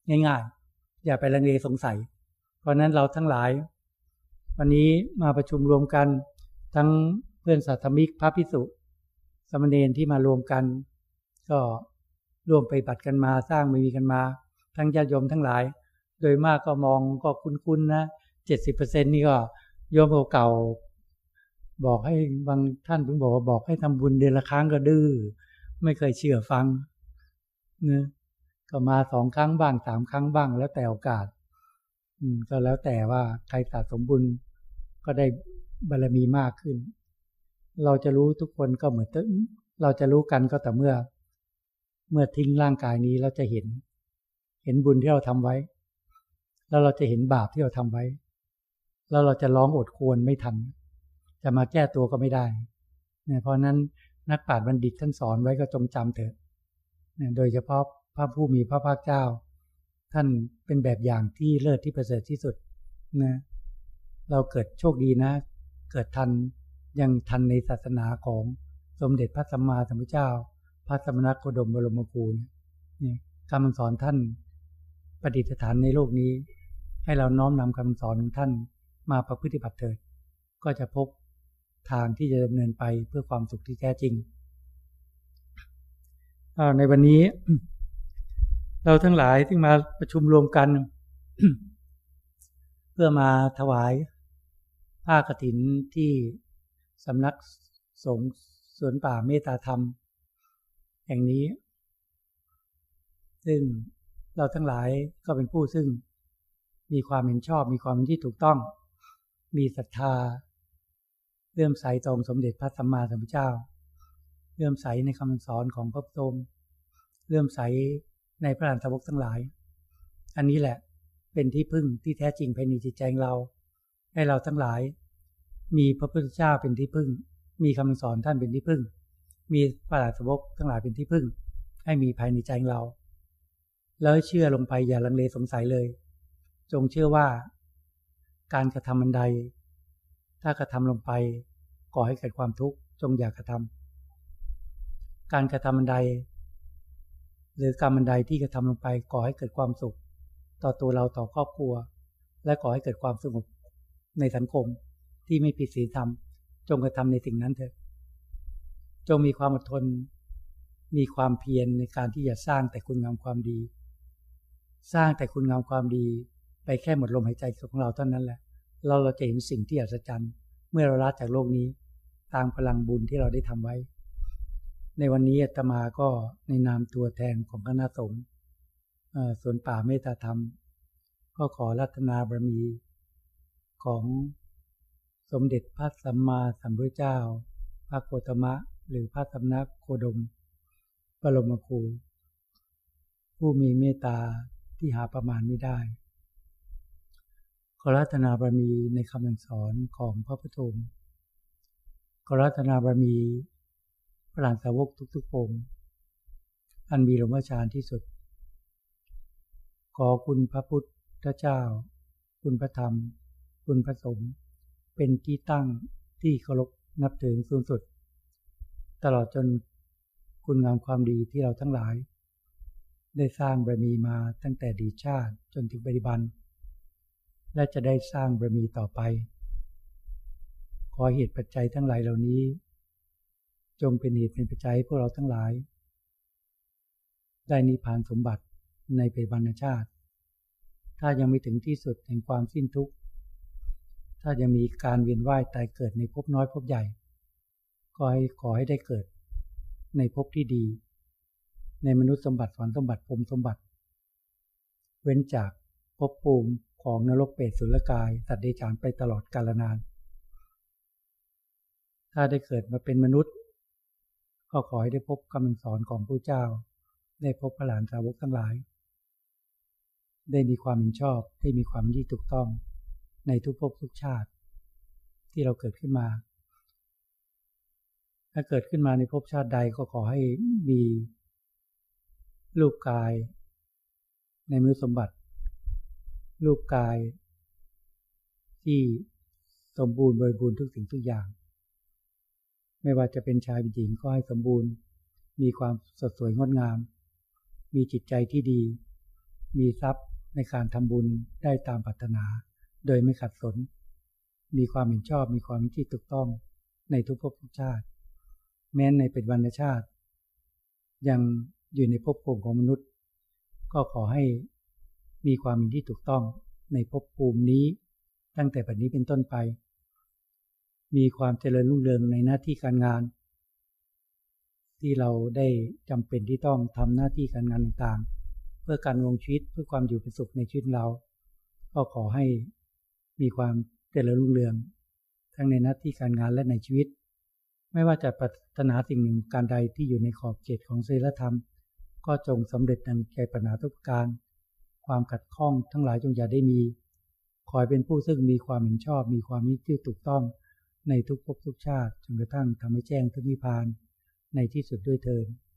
ง่ายๆอย่าไปลังเลสงสัยเพราะนั้นเราทั้งหลายวันนี้มาประชุมรวมกันทั้งเพื่อนสัตมิกพระภิกษุสามเณรที่มารวมกันก็ร่วมไปบัตรกันมาสร้างไม่มีกันมาทั้งญาติโยมทั้งหลายโดยมากก็มองก็คุ้นๆนะ เจ็ดสิบเปอร์เซ็นต์ นี่ก็โยมเก่าๆบอกให้บางท่านเพิ่งบอกว่าบอกให้ทำบุญเดือนละครั้งก็ดื้อไม่เคยเชื่อฟังเนะก็มาสองครั้งบ้างสามครั้งบ้างแล้วแต่โอกาสอืมก็แล้วแต่ว่าใครสะสมบุญก็ได้บารมีมากขึ้นเราจะรู้ทุกคนก็เหมือนเราจะรู้กันก็แต่เมื่อเมื่อทิ้งร่างกายนี้เราจะเห็นเห็นบุญที่เราทำไว้แล้วเราจะเห็นบาปที่เราทำไว้แล้วเราจะร้องอดควรไม่ทันจะมาแก้ตัวก็ไม่ได้เนี่ยเพราะนั้นนักปราชญ์บัณฑิตท่านสอนไว้ก็จงจำเถอะเนี่ยโดยเฉพาะพระผู้มีพระภาคเจ้าท่านเป็นแบบอย่างที่เลิศที่ประเสริฐที่สุดนะเราเกิดโชคดีนะเกิดทันยังทันในศาสนาของสมเด็จพระสัมมาสัมพุทธเจ้าพระสมณโคดมบรมครูเนี่ยคำสอนท่านประดิษฐานในโลกนี้ให้เราน้อมนำคำสอนของท่านมาประพฤติบัติเถิดก็จะพบทางที่จะดำเนินไปเพื่อความสุขที่แท้จริงในวันนี้เราทั้งหลายที่มาประชุมรวมกัน เพื่อมาถวายผ้ากฐินที่สำนักสงฆ์สวนป่าเมตตาธรรมแห่งนี้ซึ่งเราทั้งหลายก็เป็นผู้ซึ่งมีความเห็นชอบมีความเห็นที่ถูกต้องมีศรัทธาเลื่อมใสต่อองค์สมเด็จพระสัมมาสัมพุทธเจ้าเลื่อมใสในคำสอนของพระพุทธองค์เลื่อมใสในพระอรหันตสาวกทั้งหลายอันนี้แหละเป็นที่พึ่งที่แท้จริงภายในจิตใจของเราให้เราทั้งหลายมีพระพุทธเจ้าเป็นที่พึ่งมีคำสอนท่านเป็นที่พึ่งมีพระอรหันตสาวกทั้งหลายเป็นที่พึ่งให้มีภายในใจของเราแล้วเชื่อลงไปอย่าลังเลสงสัยเลยจงเชื่อว่าการกระทำอันใดถ้ากระทำลงไปก่อให้เกิดความทุกข์จงอย่ากระทำการกระทำอันใดหรือกรรมอันใดที่กระทำลงไปก่อให้เกิดความสุขต่อตัวเราต่อครอบครัวและก่อให้เกิดความสงบในสังคมที่ไม่ผิดศีลธรรมจงกระทำในสิ่งนั้นเถิดจงมีความอดทนมีความเพียรในการที่จะสร้างแต่คุณงามความดีสร้างแต่คุณงามความดีไปแค่หมดลมหายใจของเราเท่านั้นแหละเราเราจะเห็นสิ่งที่อัศจรรย์เมื่อเราละจากโลกนี้ตามพลังบุญที่เราได้ทำไว้ในวันนี้อาตมาก็ในนามตัวแทนของคณะสงฆ์สวนป่าเมตตาธรรมก็ขอรัตนาบารมีของสมเด็จพระสัมมาสัมพุทธเจ้าพระโคตมะหรือพระสมณโคดมบรมครูผู้มีเมตตาที่หาประมาณไม่ได้ขอรัตนาบารมีในคำสอนของพระพุทธองค์ขอรัตนาบารมีพระอรหันตสาวกทุกๆองค์อันมีลมฌานที่สุดขอคุณพระพุทธเจ้าคุณพระธรรมคุณพระสงฆ์เป็นที่ตั้งที่เคารพนับถือสูงสุดตลอดจนคุณงามความดีที่เราทั้งหลายได้สร้างบารมีมาตั้งแต่อดีตชาติจนถึงปัจจุบันและจะได้สร้างบารมีต่อไปขอเหตุปัจจัยทั้งหลายเหล่านี้จงเป็นเหตุเป็นปัจจัยให้พวกเราทั้งหลายได้นิพพานสมบัติในปัจจุบันชาติถ้ายังไม่ถึงที่สุดแห่งความสิ้นทุกข์ถ้ายังมีการเวียนว่ายตายเกิดในภพน้อยภพใหญ่ก็ให้ขอให้ได้เกิดในภพที่ดีในมนุษย์สมบัติสวรรค์สมบัติพรหมสมบัติเว้นจากภพภูมิของนรกเปรตอสุรกายสัตว์เดรัจฉานไปตลอดกาลนานถ้าได้เกิดมาเป็นมนุษย์ก็ขอให้ได้พบคำสอนของพระเจ้าได้พบพระอรหันตสาวกทั้งหลายได้มีความเห็นชอบได้มีความที่ถูกต้องในทุกภพทุกชาติที่เราเกิดขึ้นมาถ้าเกิดขึ้นมาในภพชาติใดก็ขอให้มีรูปกายในมนุษย์สมบัติรูปกายที่สมบูรณ์บริบูรณ์ทุกสิ่งทุกอย่างไม่ว่าจะเป็นชายเป็นหญิงก็ให้สมบูรณ์มีความสดสวยงดงามมีจิตใจที่ดีมีทรัพย์ในการทำบุญได้ตามปรารถนาโดยไม่ขัดสนมีความเห็นชอบมีความที่ถูกต้องในทุกภพทุกชาติแม้ในเป็นวรรณชาติยังอยู่ในภพภูมิของมนุษย์ก็ขอให้มีความเห็นที่ถูกต้องในภพภูมินี้ตั้งแต่บัดนี้เป็นต้นไปมีความเจริญรุ่งเรืองในหน้าที่การงานที่เราได้จำเป็นที่ต้องทำหน้าที่การงานต่างๆเพื่อการดำรงชีวิตเพื่อความอยู่เป็นสุขในชีวิตเราก็ขอให้มีความเจริญรุ่งเรืองทั้งในหน้าที่การงานและในชีวิตไม่ว่าจะปรารถนาสิ่งหนึ่งการใดที่อยู่ในขอบเขตของศีลธรรมก็จงสำเร็จดังใจปรารถนาทุกประการความขัดข้องทั้งหลายจงอย่าได้มีขอให้เป็นผู้ซึ่งมีความเห็นชอบมีความมิที่ถูกต้องในทุกภพทุกชาติจนกระทั่งทำให้แจ้งถึงนิพพานในที่สุดด้วยเทอญ